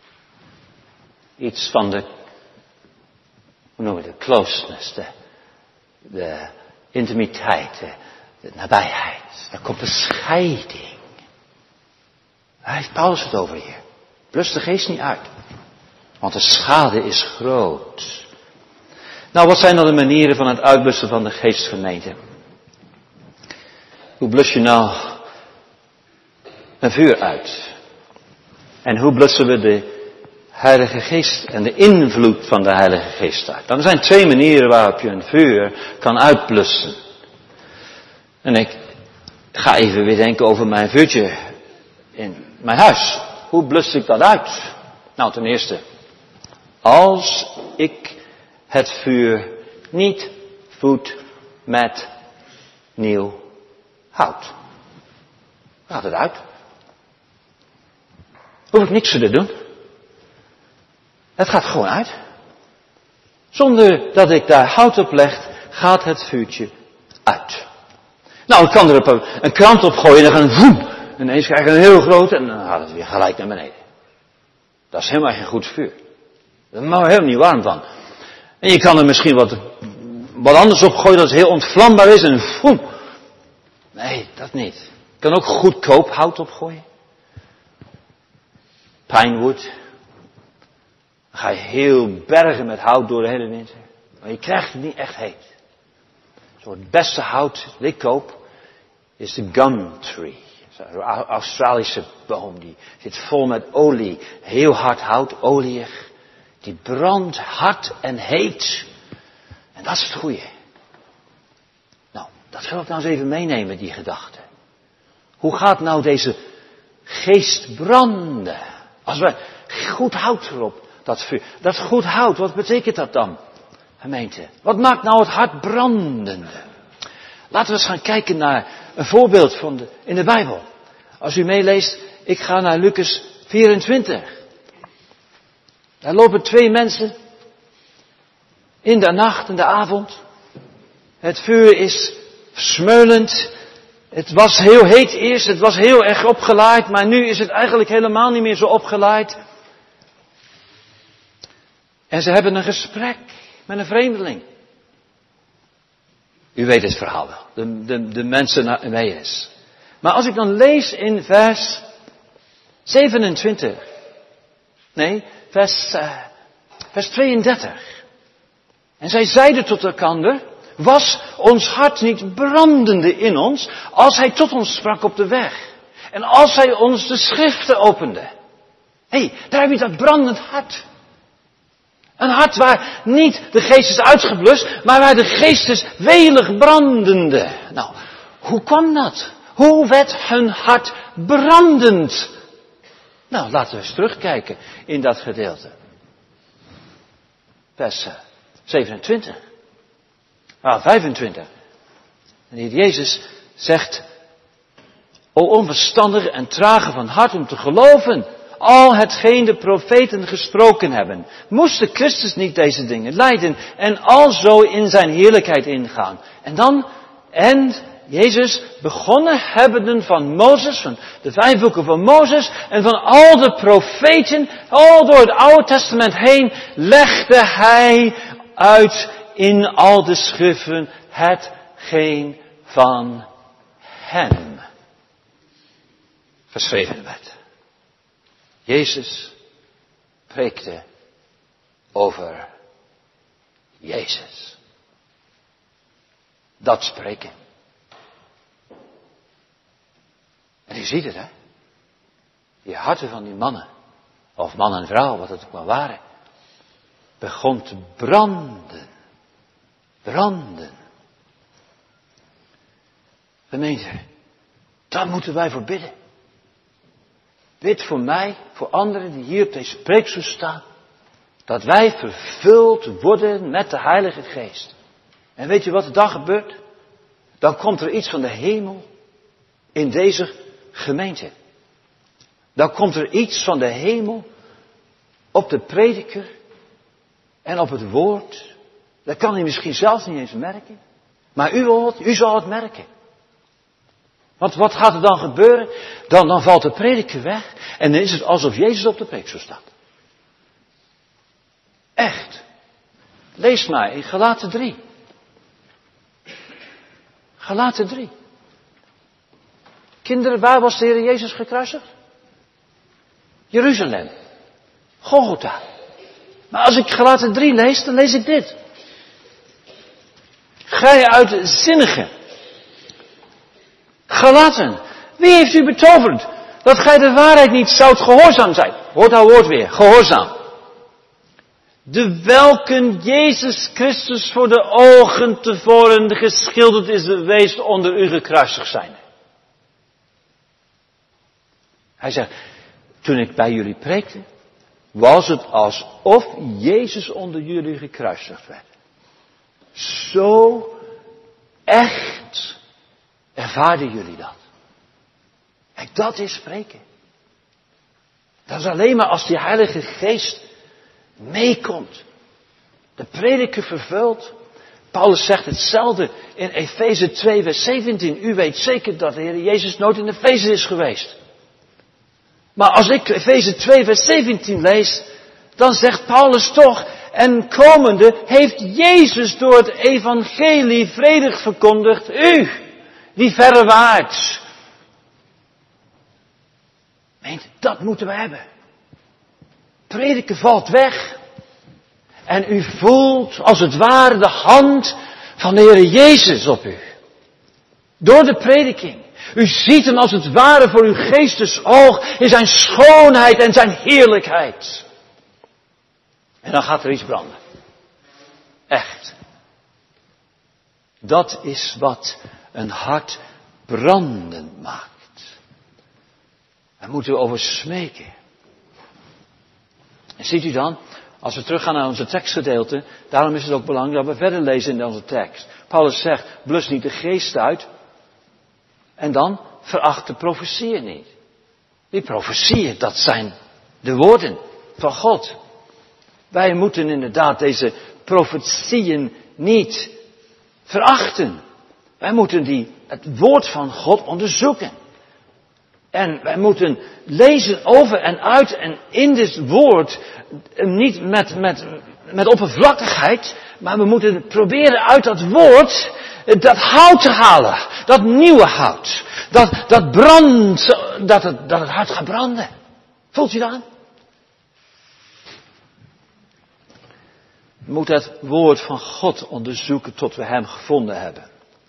Iets van de, hoe noemen we het, closeness, de, de intimiteit, de, de nabijheid. Daar komt de scheiding. Daar heeft Paulus het over hier. Blus de geest niet uit. Want de schade is groot. Nou, wat zijn dan de manieren van het uitblussen van de geest, gemeente? Hoe blus je nou een vuur uit? En hoe blussen we de Heilige Geest en de invloed van de Heilige Geest uit? Dan zijn twee manieren waarop je een vuur kan uitblussen. En ik ga even weer denken over mijn vuurtje in mijn huis. Hoe blus ik dat uit? Nou, ten eerste, als ik het vuur niet voed met nieuw hout, gaat het uit. Hoef ik niks te doen. Het gaat gewoon uit. Zonder dat ik daar hout op leg, gaat het vuurtje uit. Nou, ik kan er op een krant op gooien en dan gaan voem. En ineens krijg ik een heel groot en dan gaat het weer gelijk naar beneden. Dat is helemaal geen goed vuur. Daar ben ik helemaal niet warm van. En je kan er misschien wat, wat anders op gooien dat het heel ontvlambaar is en voem. Nee, dat niet. Je kan ook goedkoop hout opgooien. Pinewood. Dan ga je heel bergen met hout door de hele winter. Maar je krijgt het niet echt heet. Zo het beste hout dat ik koop is de gum tree. Een Australische boom. Die zit vol met olie. Heel hard hout, olieig. Die brandt hard en heet. En dat is het goeie. Nou, dat wil ik nou eens even meenemen, die gedachte. Hoe gaat nou deze geest branden? Als we goed hout erop, dat vuur. Dat goed hout, wat betekent dat dan, gemeente? Wat maakt nou het hart brandende? Laten we eens gaan kijken naar een voorbeeld van de, in de Bijbel. Als u meeleest, ik ga naar Lucas vierentwintig. Daar lopen twee mensen in de nacht en de avond. Het vuur is smeulend. Het was heel heet eerst, het was heel erg opgelaaid, maar nu is het eigenlijk helemaal niet meer zo opgelaaid. En ze hebben een gesprek met een vreemdeling. U weet het verhaal wel, de, de, de mensen naar Emmaus. Maar als ik dan lees in vers zevenentwintig, nee, vers, uh, vers tweeëndertig. En zij zeiden tot elkander, was ons hart niet brandende in ons, als hij tot ons sprak op de weg. En als hij ons de schriften opende. Hé, hey, daar heb je dat brandend hart. Een hart waar niet de geest is uitgeblust, maar waar de geest is welig brandende. Nou, hoe kwam dat? Hoe werd hun hart brandend? Nou, laten we eens terugkijken in dat gedeelte. Vers zevenentwintig. Ah, vijfentwintig. En hier Jezus zegt, o onverstandige en trage van hart om te geloven, al hetgeen de profeten gesproken hebben. Moest de Christus niet deze dingen lijden en alzo in zijn heerlijkheid ingaan? En dan, en Jezus begonnen hebbenden van Mozes, van de vijf boeken van Mozes en van al de profeten, al door het Oude Testament heen, legde hij uit in al de schriften hetgeen van hem geschreven werd. Jezus preekte over Jezus. Dat spreken. En u ziet het, hè. Die harten van die mannen, of man en vrouw, wat het ook maar waren, begon te branden. Branden. Gemeente, daar moeten wij voor bidden. Bid voor mij, voor anderen die hier op deze preekstoel staan. Dat wij vervuld worden met de Heilige Geest. En weet je wat er dan gebeurt? Dan komt er iets van de hemel in deze gemeente. Dan komt er iets van de hemel op de prediker en op het woord. Dat kan hij misschien zelf niet eens merken. Maar u, hoort, u zal het merken. Want wat gaat er dan gebeuren? Dan, dan valt de prediker weg en dan is het alsof Jezus op de preekstoel staat. Echt. Lees maar in Galaten drie. Galaten drie. Kinderen, waar was de Heer Jezus gekruisigd? Jeruzalem. Golgotha. Maar als ik Galaten drie lees, dan lees ik dit. Gij uitzinnige. Galaten. Wie heeft u betoverd dat gij de waarheid niet zoudt gehoorzaam zijn? Hoort dat woord weer. Gehoorzaam. De welken Jezus Christus voor de ogen tevoren geschilderd is geweest onder u gekruisigd zijn. Hij zegt, toen ik bij jullie preekte, was het alsof Jezus onder jullie gekruisigd werd. Zo echt ervaarden jullie dat. Kijk, dat is spreken. Dat is alleen maar als die Heilige Geest meekomt. De prediker vervult. Paulus zegt hetzelfde in Efeze twee vers zeventien. U weet zeker dat de Heer Jezus nooit in Efeze is geweest. Maar als ik Efeze twee vers zeventien lees, dan zegt Paulus toch, en komende heeft Jezus door het evangelie vredig verkondigd, u, die verre waart. Meent, dat moeten we hebben. Prediken valt weg. En u voelt als het ware de hand van de Heer Jezus op u. Door de prediking. U ziet hem als het ware voor uw geestesoog in zijn schoonheid en zijn heerlijkheid. En dan gaat er iets branden. Echt. Dat is wat een hart brandend maakt. Daar moeten we over smeken. En ziet u dan, als we teruggaan naar onze tekstgedeelte, daarom is het ook belangrijk dat we verder lezen in onze tekst. Paulus zegt, blus niet de geest uit. En dan, veracht de profetieën niet. Die profetieën, dat zijn de woorden van God. Wij moeten inderdaad deze profetieën niet verachten. Wij moeten die, het woord van God onderzoeken. En wij moeten lezen over en uit en in dit woord, niet met, met, met oppervlakkigheid, maar we moeten proberen uit dat woord dat hout te halen. Dat nieuwe hout. Dat, dat brandt, dat het, dat het hart gaat branden. Voelt u dat? We moeten het woord van God onderzoeken tot we hem gevonden hebben.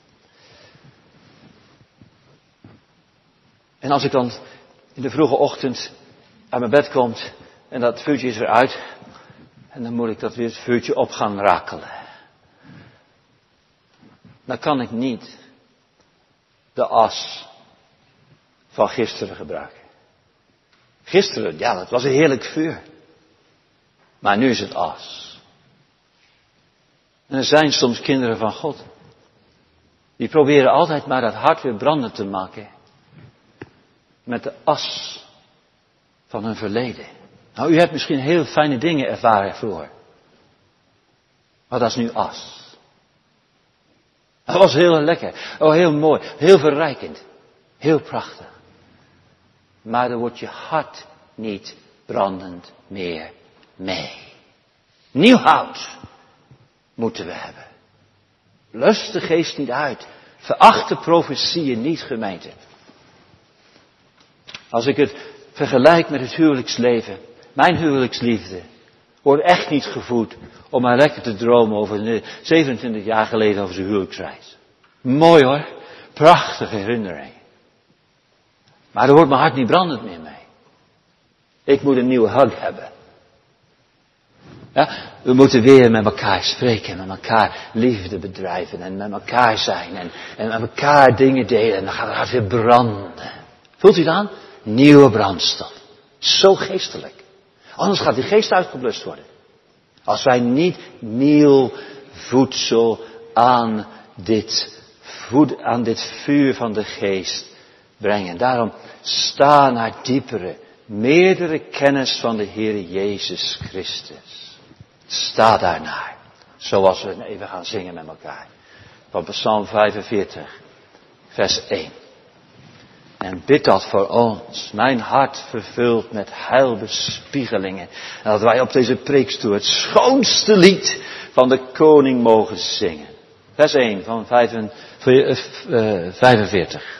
En als ik dan in de vroege ochtend uit mijn bed kom en dat vuurtje is weer uit, en dan moet ik dat weer het vuurtje op gaan rakelen. Dan kan ik niet de as van gisteren gebruiken. Gisteren, ja, dat was een heerlijk vuur. Maar nu is het as. En er zijn soms kinderen van God. Die proberen altijd maar dat hart weer brandend te maken. Met de as van hun verleden. Nou, u hebt misschien heel fijne dingen ervaren vroeger. Maar dat is nu as. Dat was heel lekker. Oh, heel mooi. Heel verrijkend. Heel prachtig. Maar dan wordt je hart niet brandend meer mee. Nieuw hout moeten we hebben. Lust de geest niet uit. Veracht de profetieën niet, gemeente. Als ik het vergelijk met het huwelijksleven. Mijn huwelijksliefde wordt echt niet gevoed om maar lekker te dromen over zevenentwintig jaar geleden over zijn huwelijksreis. Mooi hoor. Prachtige herinnering. Maar er wordt mijn hart niet brandend meer mee. Ik moet een nieuwe hug hebben. Ja, we moeten weer met elkaar spreken, met elkaar liefde bedrijven en met elkaar zijn en, en met elkaar dingen delen en dan gaat het hart weer branden. Voelt u dat? Nieuwe brandstof. Zo geestelijk. Anders gaat die geest uitgeblust worden. Als wij niet nieuw voedsel aan dit, voed, aan dit vuur van de geest brengen. Daarom sta naar diepere, meerdere kennis van de Heer Jezus Christus. Sta daarnaar. Zoals we even gaan zingen met elkaar. Van Psalm vijfenveertig, vers één. En bid dat voor ons. Mijn hart vervuld met heilbespiegelingen. En dat wij op deze preekstoel het schoonste lied van de koning mogen zingen. Vers één van vijfenveertig.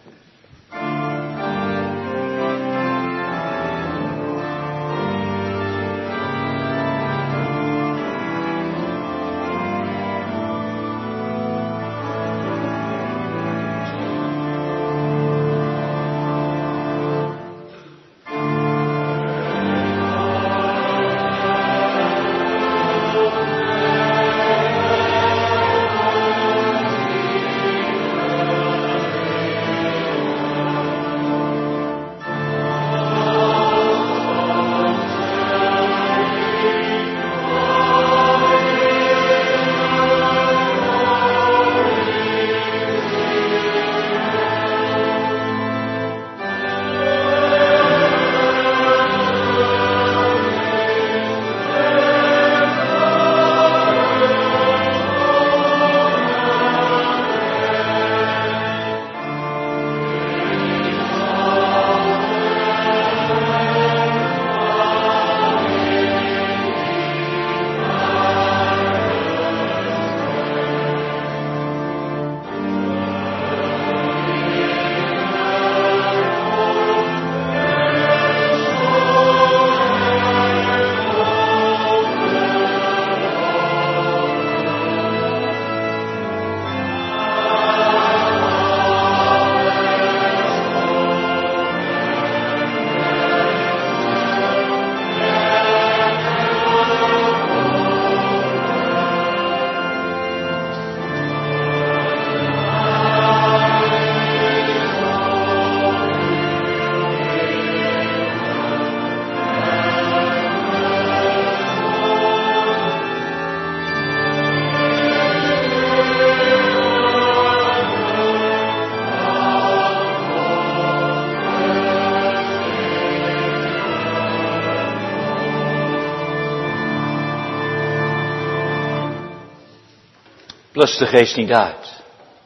Blus de geest niet uit.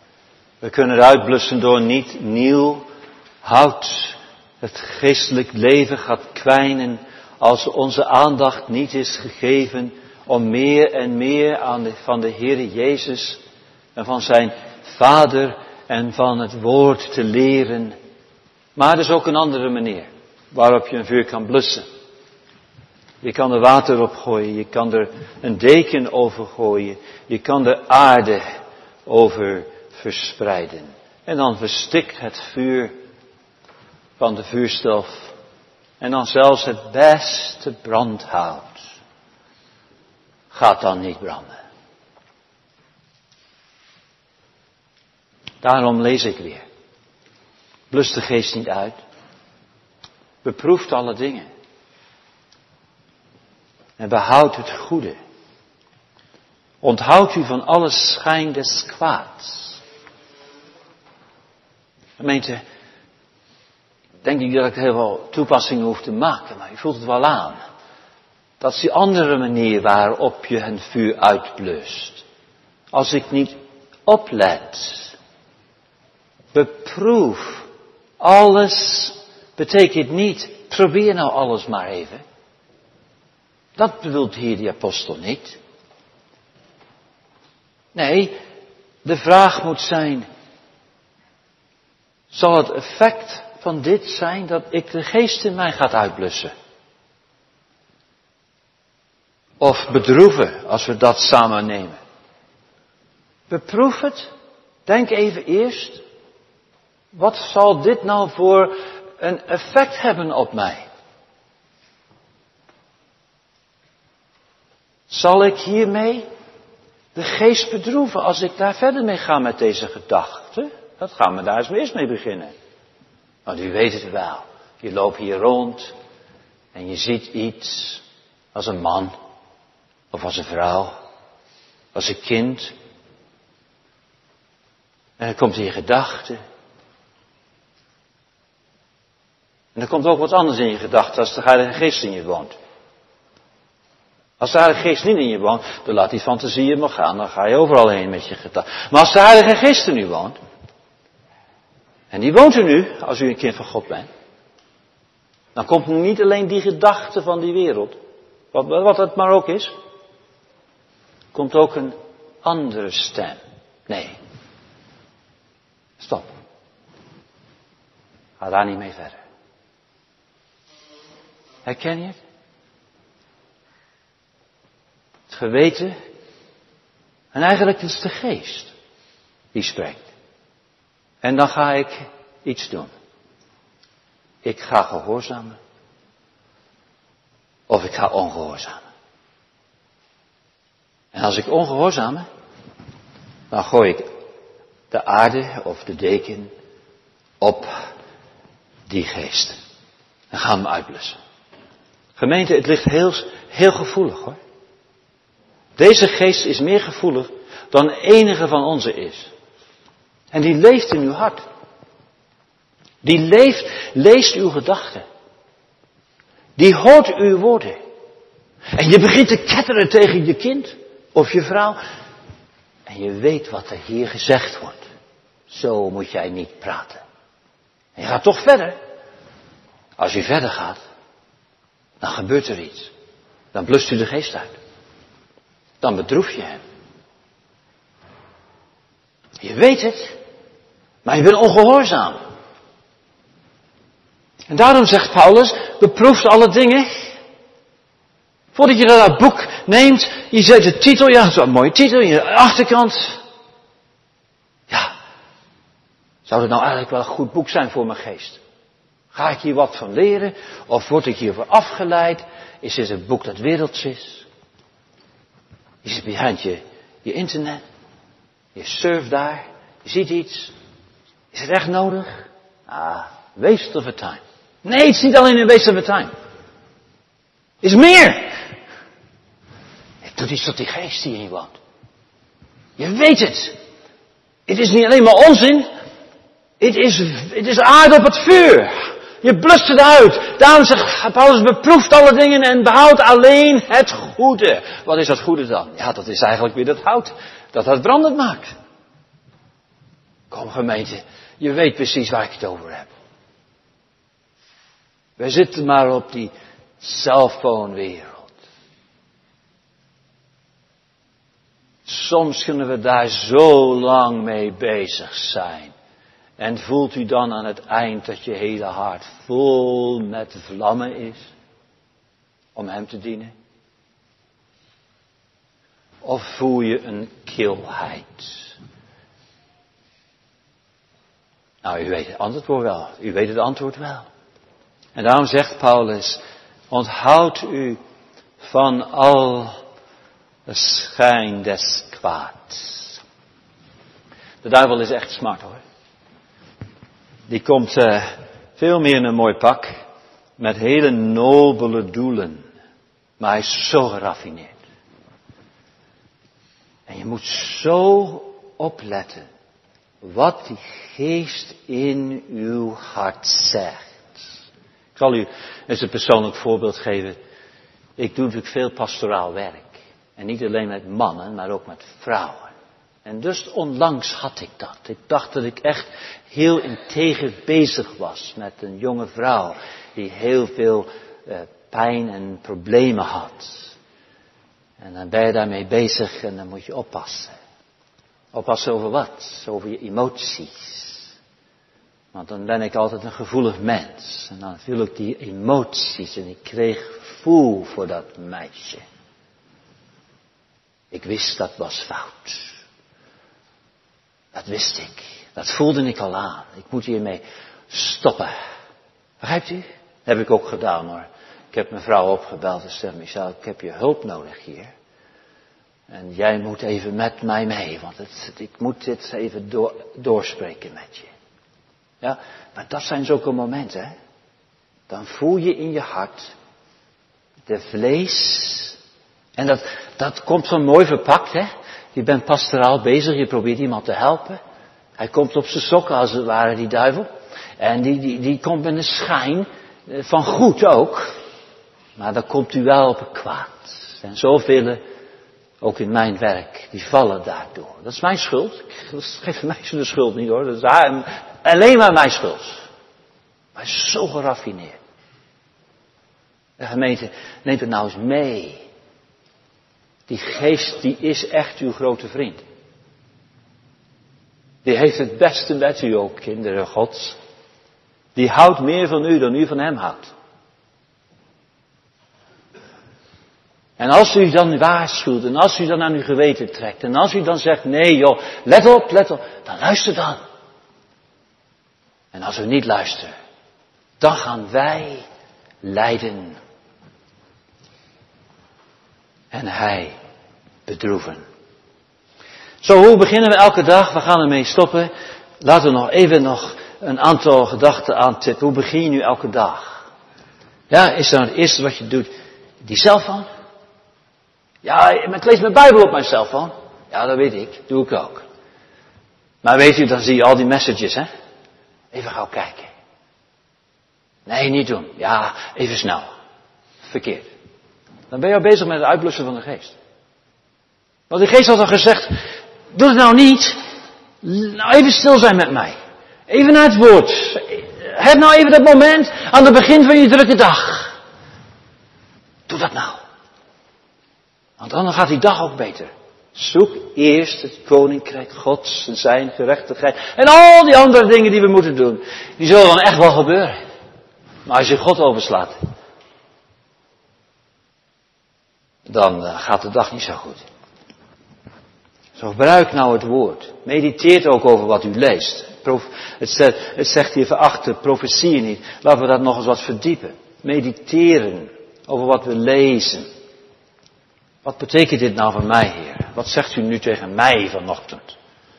We kunnen het uitblussen door niet nieuw hout. Het geestelijk leven gaat kwijnen als onze aandacht niet is gegeven om meer en meer aan de, van de Heer Jezus en van zijn Vader en van het woord te leren. Maar er is ook een andere manier waarop je een vuur kan blussen. Je kan er water op gooien, je kan er een deken over gooien, je kan er aarde over verspreiden. En dan verstikt het vuur van de vuurstof en dan zelfs het beste brandhout gaat dan niet branden. Daarom lees ik weer. Blus de geest niet uit. Beproeft alle dingen. En behoud het goede. Onthoud u van alle schijn des kwaads. Gemeente, denk ik dat ik heel veel toepassingen hoef te maken, maar u voelt het wel aan. Dat is die andere manier waarop je een vuur uitblust. Als ik niet oplet, beproef alles, betekent niet, probeer nou alles maar even. Dat bedoelt hier die apostel niet. Nee, de vraag moet zijn, zal het effect van dit zijn dat ik de geest in mij gaat uitblussen? Of bedroeven, als we dat samen nemen. Beproef het. Denk even eerst. Wat zal dit nou voor een effect hebben op mij? Zal ik hiermee de geest bedroeven als ik daar verder mee ga met deze gedachten? Dat gaan we daar eens eerst mee beginnen. Want u weet het wel. Je loopt hier rond en je ziet iets als een man of als een vrouw, als een kind. En dan komt in je gedachten. En dan komt ook wat anders in je gedachten als de Heilige Geest in je woont. Als de Heilige Geest niet in je woont, dan laat die fantasie je maar gaan. Dan ga je overal heen met je gedachten. Maar als de Heilige Geest in u woont, en die woont er nu, als u een kind van God bent, dan komt niet alleen die gedachte van die wereld, wat, wat het maar ook is, komt ook een andere stem. Nee. Stop. Ga daar niet mee verder. Herken je het? Het geweten. En eigenlijk is het de geest die spreekt. En dan ga ik iets doen. Ik ga gehoorzamen. Of ik ga ongehoorzamen. En als ik ongehoorzamen, dan gooi ik de aarde of de deken op die geest. En ga hem uitblussen. Gemeente, het ligt heel, heel gevoelig hoor. Deze geest is meer gevoelig dan enige van onze is. En die leeft in uw hart. Die leeft, leest uw gedachten. Die hoort uw woorden. En je begint te ketteren tegen je kind of je vrouw. En je weet wat er hier gezegd wordt. Zo moet jij niet praten. En je gaat toch verder. Als je verder gaat, dan gebeurt er iets. Dan blust u de geest uit. Dan bedroef je hem. Je weet het, maar je bent ongehoorzaam. En daarom zegt Paulus, beproef alle dingen. Voordat je dat boek neemt, je zet de titel, ja, zo'n mooie titel, in je achterkant. Ja, zou het nou eigenlijk wel een goed boek zijn voor mijn geest? Ga ik hier wat van leren? Of word ik hiervoor afgeleid? Is dit een boek dat werelds is? Is het behind je, je internet? Je surft daar, je ziet iets. Is het echt nodig? Ah, waste of a time. Nee, het is niet alleen een waste of a time. Het is meer. Het doet iets tot die geest die in je woont. Je weet het. Het is niet alleen maar onzin. Het is, het is aarde op het vuur. Je blust het uit. Daarom zegt Paulus, beproeft alle dingen en behoud alleen het goede. Wat is dat goede dan? Ja, dat is eigenlijk weer dat hout dat het brandend maakt. Kom gemeente, je weet precies waar ik het over heb. We zitten maar op die cellfoonwereld. Soms kunnen we daar zo lang mee bezig zijn. En voelt u dan aan het eind dat je hele hart vol met vlammen is om hem te dienen? Of voel je een kilheid? Nou, u weet het antwoord wel. U weet het antwoord wel. En daarom zegt Paulus, onthoud u van al de schijn des kwaads. De duivel is echt smart hoor. Die komt uh, veel meer in een mooi pak. Met hele nobele doelen. Maar hij is zo geraffineerd. En je moet zo opletten. Wat die geest in uw hart zegt. Ik zal u eens een persoonlijk voorbeeld geven. Ik doe natuurlijk veel pastoraal werk. En niet alleen met mannen, maar ook met vrouwen. En dus onlangs had ik dat. Ik dacht dat ik echt heel integer bezig was met een jonge vrouw die heel veel uh, pijn en problemen had. En dan ben je daarmee bezig en dan moet je oppassen. Oppassen over wat? Over je emoties. Want dan ben ik altijd een gevoelig mens. En dan voel ik die emoties en ik kreeg gevoel voor dat meisje. Ik wist dat was fout. Dat wist ik. Dat voelde ik al aan. Ik moet hiermee stoppen. Begrijpt u? Dat heb ik ook gedaan hoor. Ik heb mijn vrouw opgebeld en zei, Michel, ik heb je hulp nodig hier. En jij moet even met mij mee, want het, ik moet dit even door, doorspreken met je. Ja, maar dat zijn zulke momenten, hè. Dan voel je in je hart de vlees. En dat, dat komt zo mooi verpakt, hè. Je bent pastoraal bezig, je probeert iemand te helpen. Hij komt op zijn sokken als het ware, die duivel. En die, die, die komt met een schijn van goed ook. Maar dan komt u wel op het kwaad. En zoveel, ook in mijn werk, die vallen daardoor. Dat is mijn schuld. Dat geeft mij de schuld niet hoor. Dat is alleen maar mijn schuld. Maar zo geraffineerd. De gemeente, neemt het nou eens mee. Die geest, die is echt uw grote vriend. Die heeft het beste met u ook, kinderen Gods. Die houdt meer van u dan u van hem houdt. En als u dan waarschuwt, en als u dan aan uw geweten trekt, en als u dan zegt, nee joh, let op, let op, dan luister dan. En als u niet luistert, dan gaan wij lijden. En hij bedroeven. Zo, hoe beginnen we elke dag? We gaan ermee stoppen. Laten we nog even nog een aantal gedachten aantippen. Hoe begin je nu elke dag? Ja, is dan het eerste wat je doet die cellfoon? Ja, ik lees mijn Bijbel op mijn cellfoon. Ja, dat weet ik. Doe ik ook. Maar weet u, dan zie je al die messages, hè? Even gauw kijken. Nee, niet doen. Ja, even snel. Verkeerd. Dan ben je al bezig met het uitblussen van de geest. Want de geest had al gezegd, doe het nou niet. Nou even stil zijn met mij. Even naar het woord. Heb nou even dat moment aan het begin van je drukke dag. Doe dat nou. Want dan gaat die dag ook beter. Zoek eerst het koninkrijk Gods en zijn gerechtigheid. En al die andere dingen die we moeten doen. Die zullen dan echt wel gebeuren. Maar als je God overslaat. Dan gaat de dag niet zo goed. Zo gebruik nou het woord. Mediteert ook over wat u leest. Het zegt, het zegt hier verachter profetieën niet. Laten we dat nog eens wat verdiepen. Mediteren over wat we lezen. Wat betekent dit nou voor mij, Heer? Wat zegt u nu tegen mij vanochtend?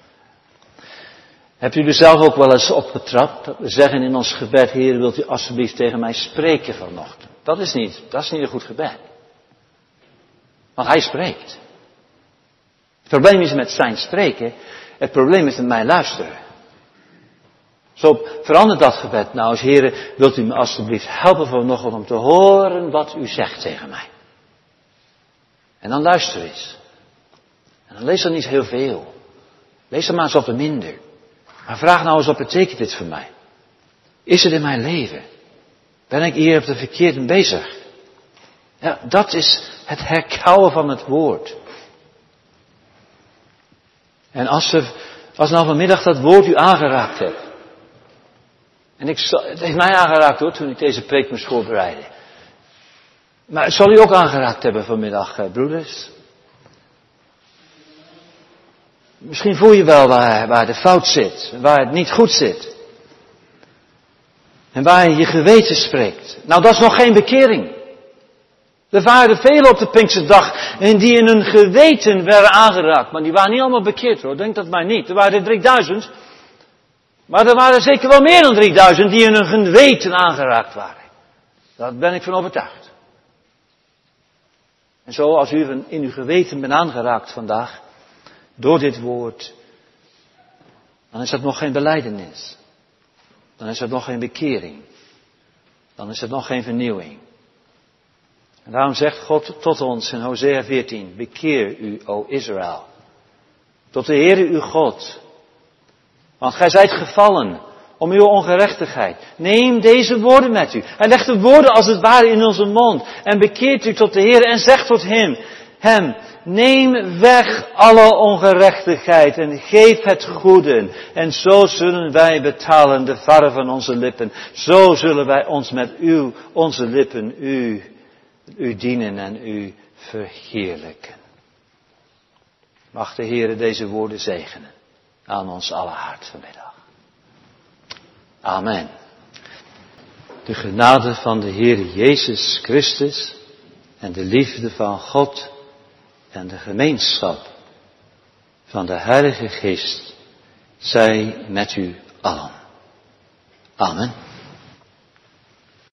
Hebt u er zelf ook wel eens op betrapt? Dat we zeggen in ons gebed, Heer, wilt u alsjeblieft tegen mij spreken vanochtend? Dat is niet, dat is niet een goed gebed. Want hij spreekt. Het probleem is met zijn spreken, het probleem is met mij luisteren. Zo verander dat gebed nou eens, Heer, wilt u me alsjeblieft helpen vanochtend om te horen wat u zegt tegen mij. En dan luister eens. En dan lees er niet heel veel. Lees er maar eens op de minder. Maar vraag nou eens, wat betekent dit voor mij? Is het in mijn leven? Ben ik hier op de verkeerde bezig? Ja, dat is het herkauwen van het woord. En als, er, als nou vanmiddag dat woord u aangeraakt hebt. En ik, het heeft mij aangeraakt hoor, toen ik deze preek moest voorbereiden. Maar het zal u ook aangeraakt hebben vanmiddag, broeders. Misschien voel je wel waar, waar de fout zit, waar het niet goed zit. En waar je geweten spreekt. Nou, dat is nog geen bekering. Er waren velen op de Pinksterdag en die in hun geweten werden aangeraakt. Maar die waren niet allemaal bekeerd hoor, denk dat maar niet. Er waren drieduizend. Maar er waren zeker wel meer dan drieduizend die in hun geweten aangeraakt waren. Daar ben ik van overtuigd. En zo als u in uw geweten bent aangeraakt vandaag, door dit woord, dan is dat nog geen belijdenis. Dan is dat nog geen bekering. Dan is het nog geen vernieuwing. En daarom zegt God tot ons in Hosea veertien, bekeer u, o Israël, tot de Heere uw God. Want gij zijt gevallen om uw ongerechtigheid. Neem deze woorden met u. En leg de woorden als het ware in onze mond. En bekeert u tot de Heer en zegt tot hem, hem, neem weg alle ongerechtigheid en geef het goede. En zo zullen wij betalen de varren van onze lippen. Zo zullen wij ons met uw, onze lippen, u, u dienen en u verheerlijken. Mag de Heer deze woorden zegenen aan ons alle hart vanmiddag. Amen. De genade van de Heer Jezus Christus en de liefde van God en de gemeenschap van de Heilige Geest zij met u allen. Amen.